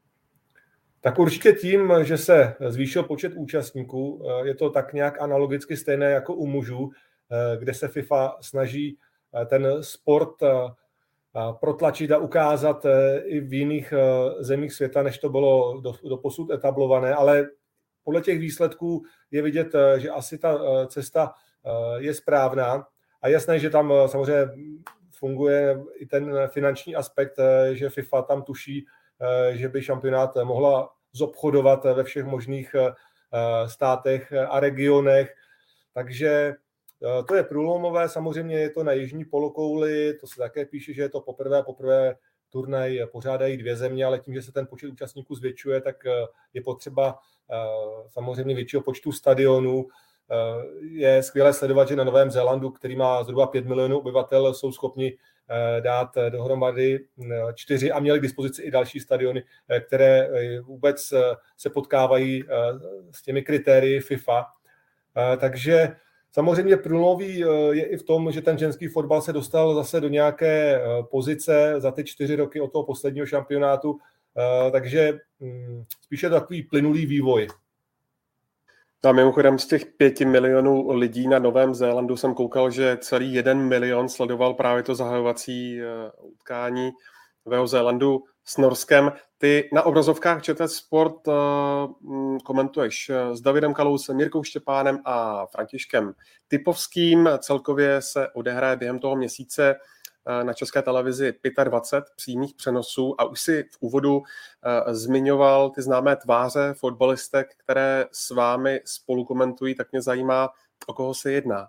Tak určitě tím, že se zvýšil počet účastníků, je to tak nějak analogicky stejné jako u mužů, kde se FIFA snaží ten sport protlačit a ukázat i v jiných zemích světa, než to bylo doposud etablované, ale podle těch výsledků je vidět, že asi ta cesta je správná a jasné, že tam samozřejmě funguje i ten finanční aspekt, že FIFA tam tuší, že by šampionát mohla zobchodovat ve všech možných státech a regionech, takže to je průlomové, samozřejmě je to na jižní polokouli, to se také píše, že je to poprvé turnaj pořádají 2 země, ale tím, že se ten počet účastníků zvětšuje, tak je potřeba samozřejmě většího počtu stadionů. Je skvělé sledovat, že na Novém Zélandu, který má zhruba 5 milionů obyvatel, jsou schopni dát dohromady 4 a měli k dispozici i další stadiony, které vůbec se potkávají s těmi kritérii FIFA. Takže samozřejmě průlomový je i v tom, že ten ženský fotbal se dostal zase do nějaké pozice za ty 4 roky od toho posledního šampionátu, takže spíše takový plynulý vývoj. A mimochodem z těch 5 milionů lidí na Novém Zélandu jsem koukal, že celý 1 milion sledoval právě to zahajovací utkání Nového Zélandu s Norskem. Ty na obrazovkách ČT Sport komentuješ s Davidem Kalousem, Jirkou Štěpánem a Františkem Typovským. Celkově se odehraje během toho měsíce na České televizi 25 přímých přenosů a už si v úvodu zmiňoval ty známé tváře fotbalistek, které s vámi spolu komentují, tak mě zajímá, o koho se jedná.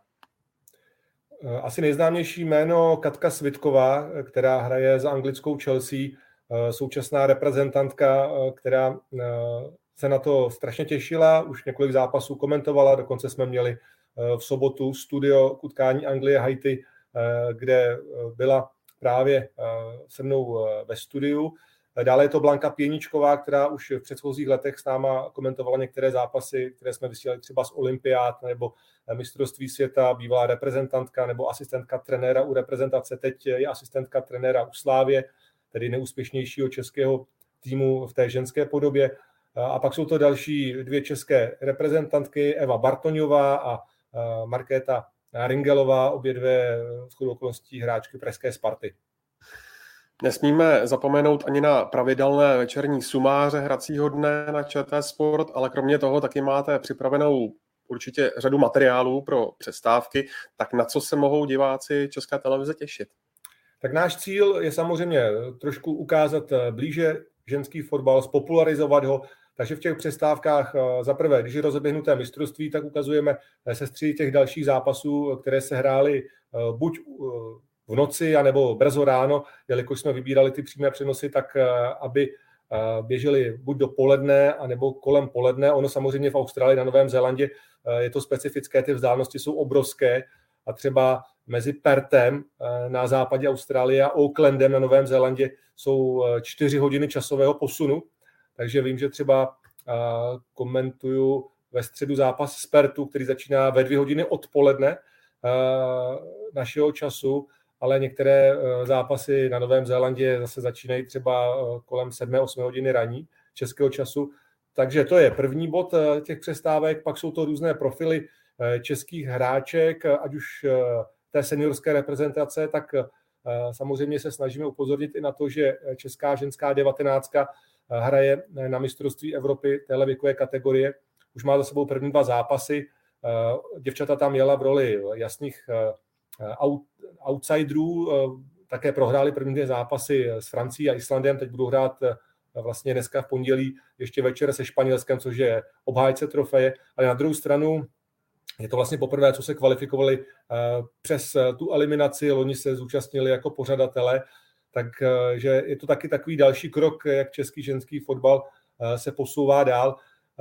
Asi nejznámější jméno Katka Svitková, která hraje za anglickou Chelsea, současná reprezentantka, která se na to strašně těšila, už několik zápasů komentovala, dokonce jsme měli v sobotu studio k utkání Anglie-Haiti, kde byla právě se mnou ve studiu. Dále je to Blanka Pěničková, která už v předchozích letech s náma komentovala některé zápasy, které jsme vysílali třeba z olympiád nebo mistrovství světa, bývalá reprezentantka nebo asistentka trenéra u reprezentace, teď je asistentka trenéra u Slávě, tedy neúspěšnějšího českého týmu v té ženské podobě. A pak jsou to další 2 české reprezentantky, Eva Bartoňová a Markéta Ringelová, obě 2 shodou okolností hráčky pražské Sparty. Nesmíme zapomenout ani na pravidelné večerní sumáře hracího dne na ČT Sport, ale kromě toho taky máte připravenou určitě řadu materiálů pro přestávky. Tak na co se mohou diváci České televize těšit? Tak náš cíl je samozřejmě trošku ukázat blíže ženský fotbal, spopularizovat ho, takže v těch přestávkách za prvé, když je rozeběhnuté mistrovství, tak ukazujeme sestří těch dalších zápasů, které se hrály buď v noci, anebo brzo ráno, jelikož jsme vybírali ty přímé přenosy, tak aby běželi buď do poledne, anebo kolem poledne. Ono samozřejmě v Austrálii, na Novém Zélandě je to specifické, ty vzdálenosti jsou obrovské a třeba mezi Pertem na západě Austrálie a Aucklandem na Novém Zélandě jsou 4 hodiny časového posunu, takže vím, že třeba komentuju ve středu zápas z Pertu, který začíná ve 2 hodiny odpoledne našeho času, ale některé zápasy na Novém Zélandě zase začínají třeba kolem 7-8 hodiny ranní českého času. Takže to je první bod těch přestávek, pak jsou to různé profily českých hráček, ať už té seniorské reprezentace, tak samozřejmě se snažíme upozornit i na to, že česká ženská 19 hraje na mistrovství Evropy téhle věkové kategorie. Už má za sebou první 2 zápasy. Děvčata tam jela v roli jasných outsiderů, také prohráli první 2 zápasy s Francií a Islandem, teď budou hrát vlastně dneska v pondělí ještě večer se Španělskem, což je obhájce trofeje, ale na druhou stranu je to vlastně poprvé, co se kvalifikovali přes tu eliminaci, loni se zúčastnili jako pořadatele, takže je to taky takový další krok, jak český ženský fotbal se posouvá dál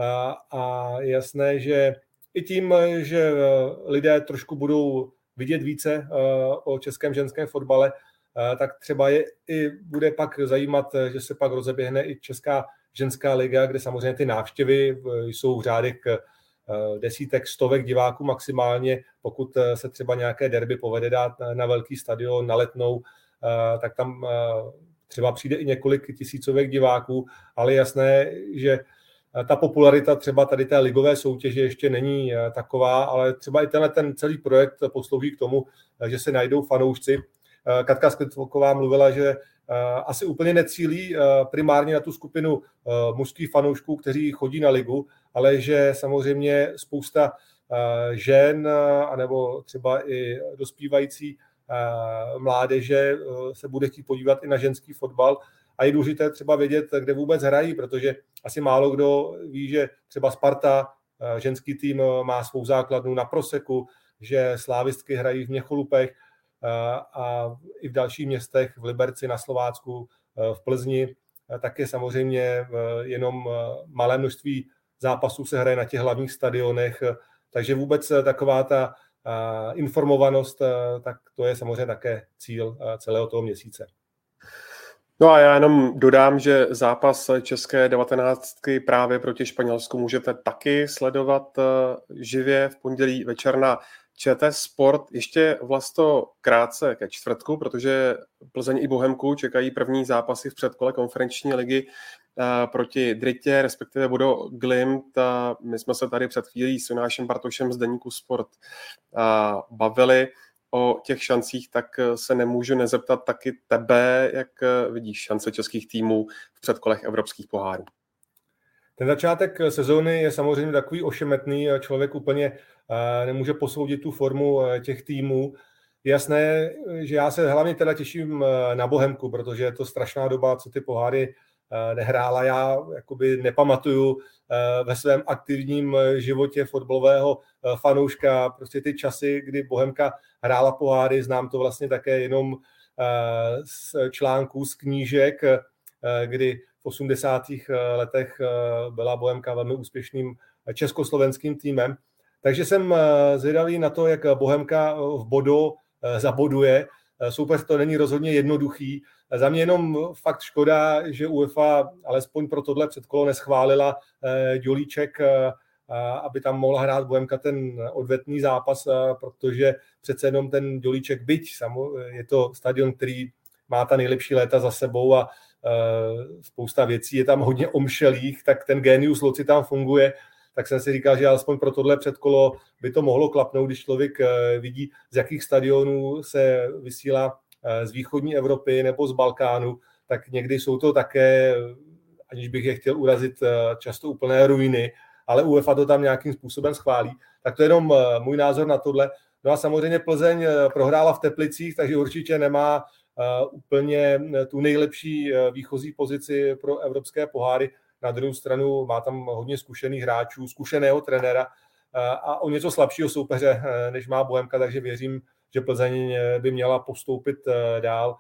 a je jasné, že i tím, že lidé trošku budou vidět více o českém ženském fotbale, tak třeba je i bude pak zajímat, že se pak rozeběhne i česká ženská liga, kde samozřejmě ty návštěvy jsou v řádech desítek, stovek diváků maximálně. Pokud se třeba nějaké derby povede dát na velký stadion, na Letnou, tak tam třeba přijde i několik tisícovek diváků, ale jasné, že ta popularita třeba tady té ligové soutěže ještě není taková, ale třeba i ten celý projekt poslouží k tomu, že se najdou fanoušci, Katka Sklitvová mluvila, že asi úplně necílí primárně na tu skupinu mužských fanoušků, kteří chodí na ligu, ale že samozřejmě spousta žen anebo třeba i dospívající mládeže se bude chtít podívat i na ženský fotbal. A je důležité třeba vědět, kde vůbec hrají, protože asi málo kdo ví, že třeba Sparta, ženský tým, má svou základnu na Proseku, že slávistky hrají v Měcholupech a i v dalších městech, v Liberci, na Slovácku, v Plzni. Také samozřejmě jenom malé množství zápasů se hraje na těch hlavních stadionech, takže vůbec taková ta informovanost, tak to je samozřejmě také cíl celého toho měsíce. No a já jenom dodám, že zápas české 19 právě proti Španělsku můžete taky sledovat živě v pondělí večer na ČT Sport. Ještě vlastně krátce ke čtvrtku, protože Plzeň i Bohemku čekají první zápasy v předkole konferenční ligy proti Dritě, respektive Bodo Glimt. My jsme se tady před chvílí s Jonášem Bartošem z deníku Sport bavili o těch šancích, tak se nemůžu nezeptat taky tebe, jak vidíš šance českých týmů v předkolech evropských pohárů. Ten začátek sezóny je samozřejmě takový ošemetný, člověk úplně nemůže posoudit tu formu těch týmů. Je jasné, že já se hlavně teda těším na Bohemku, protože je to strašná doba, co ty poháry nehrála. Já jakoby nepamatuju ve svém aktivním životě fotbalového fanouška prostě ty časy, kdy Bohemka hrála poháry. Znám to vlastně také jenom z článků, z knížek, kdy v 80. letech byla Bohemka velmi úspěšným československým týmem. Takže jsem zvědavý na to, jak Bohemka v Bodo zaboduje. Soupeř to není rozhodně jednoduchý. Za mě jenom fakt škoda, že UEFA alespoň pro tohle předkolo neschválila Dělíček, aby tam mohla hrát Bohemka ten odvetný zápas, protože přece jenom ten Dělíček, byť je to stadion, který má ta nejlepší léta za sebou a spousta věcí je tam hodně omšelých, tak ten genius loci tam funguje, tak jsem si říkal, že alespoň pro tohle předkolo by to mohlo klapnout, když člověk vidí, z jakých stadionů se vysílá z východní Evropy nebo z Balkánu, tak někdy jsou to také, aniž bych je chtěl urazit, často úplné ruiny, ale UEFA to tam nějakým způsobem schválí. Tak to je jenom můj názor na tohle. No a samozřejmě Plzeň prohrála v Teplicích, takže určitě nemá úplně tu nejlepší výchozí pozici pro evropské poháry. Na druhou stranu má tam hodně zkušených hráčů, zkušeného trenéra a o něco slabšího soupeře, než má Bohemka, takže věřím, že Plzeň by měla postoupit dál.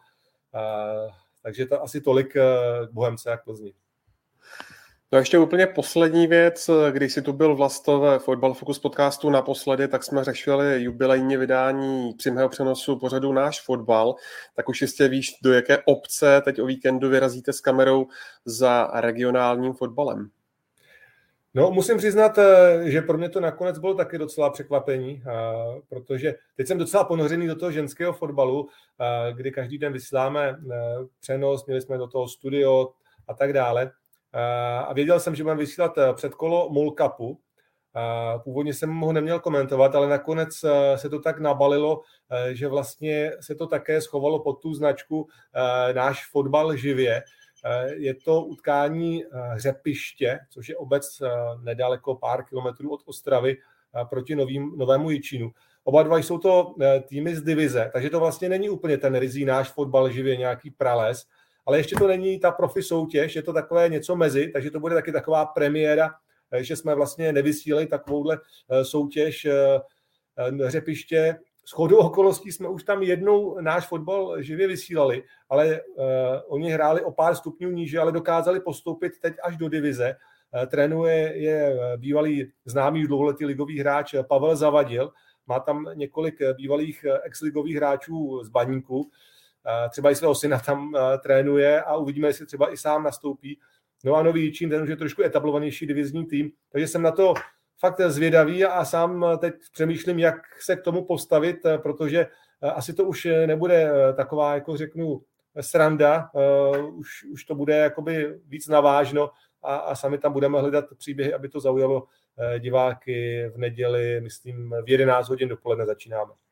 Takže to asi tolik k Bohemce a k Plzni. No ještě úplně poslední věc, když jsi tu byl Vlasto ve Fotbal Focus podcastu naposledy, tak jsme řešili jubilejní vydání přímého přenosu pořadu Náš fotbal, tak už jistě víš, do jaké obce teď o víkendu vyrazíte s kamerou za regionálním fotbalem. No, musím přiznat, že pro mě to nakonec bylo taky docela překvapení, protože teď jsem docela ponořený do toho ženského fotbalu, kdy každý den vysíláme přenos, měli jsme do toho studio a tak dále. A věděl jsem, že budeme vysílat předkolo MOL Cupu. Původně jsem ho neměl komentovat, ale nakonec se to tak nabalilo, že vlastně se to také schovalo pod tu značku Náš fotbal živě. Je to utkání Řepiště, což je obec nedaleko pár kilometrů od Ostravy proti Novému Jičínu. Oba dva jsou to týmy z divize, takže to vlastně není úplně ten ryzí Náš fotbal živě, nějaký prales, ale ještě to není ta profi soutěž, je to takové něco mezi, takže to bude taky taková premiéra, že jsme vlastně nevysílali takovouhle soutěž Řepiště. Shodou okolností jsme už tam jednou Náš fotbal živě vysílali, ale oni hráli o pár stupňů níže, ale dokázali postoupit teď až do divize. Trénuje je bývalý známý dlouholetý ligový hráč Pavel Zavadil, má tam několik bývalých exligových hráčů z Baníku, třeba i svého syna tam trénuje a uvidíme, jestli třeba i sám nastoupí. No a Nový Jičín, ten už je trošku etablovanější divizní tým, takže jsem na to fakt zvědavý a sám teď přemýšlím, jak se k tomu postavit, protože asi to už nebude taková, jako řeknu, sranda, už to bude jakoby víc navážno a sami tam budeme hledat příběhy, aby to zaujalo diváky v neděli, myslím v 11 hodin dopoledne začínáme.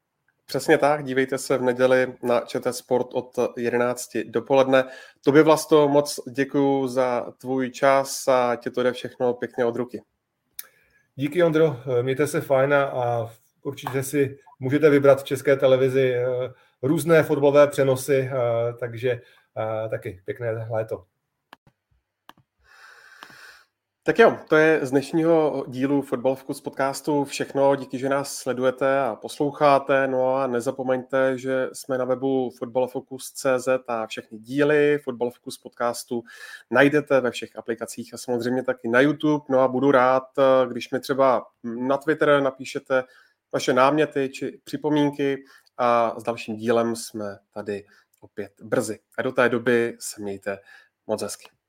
Přesně tak, dívejte se v neděli na ČT Sport od 11 dopoledne. Tobě, Vlasto, moc děkuju za tvůj čas a tě to jde všechno pěkně od ruky. Díky, Ondro, mějte se fajn a určitě si můžete vybrat v České televizi různé fotbalové přenosy, takže taky pěkné léto. Tak jo, to je z dnešního dílu Fotbal Focus podcastu všechno. Díky, že nás sledujete a posloucháte. No a nezapomeňte, že jsme na webu fotbalfocus.cz a všechny díly Fotbal Focus podcastu najdete ve všech aplikacích a samozřejmě taky na YouTube. No a budu rád, když mi třeba na Twitter napíšete vaše náměty či připomínky a s dalším dílem jsme tady opět brzy. A do té doby se mějte moc hezky.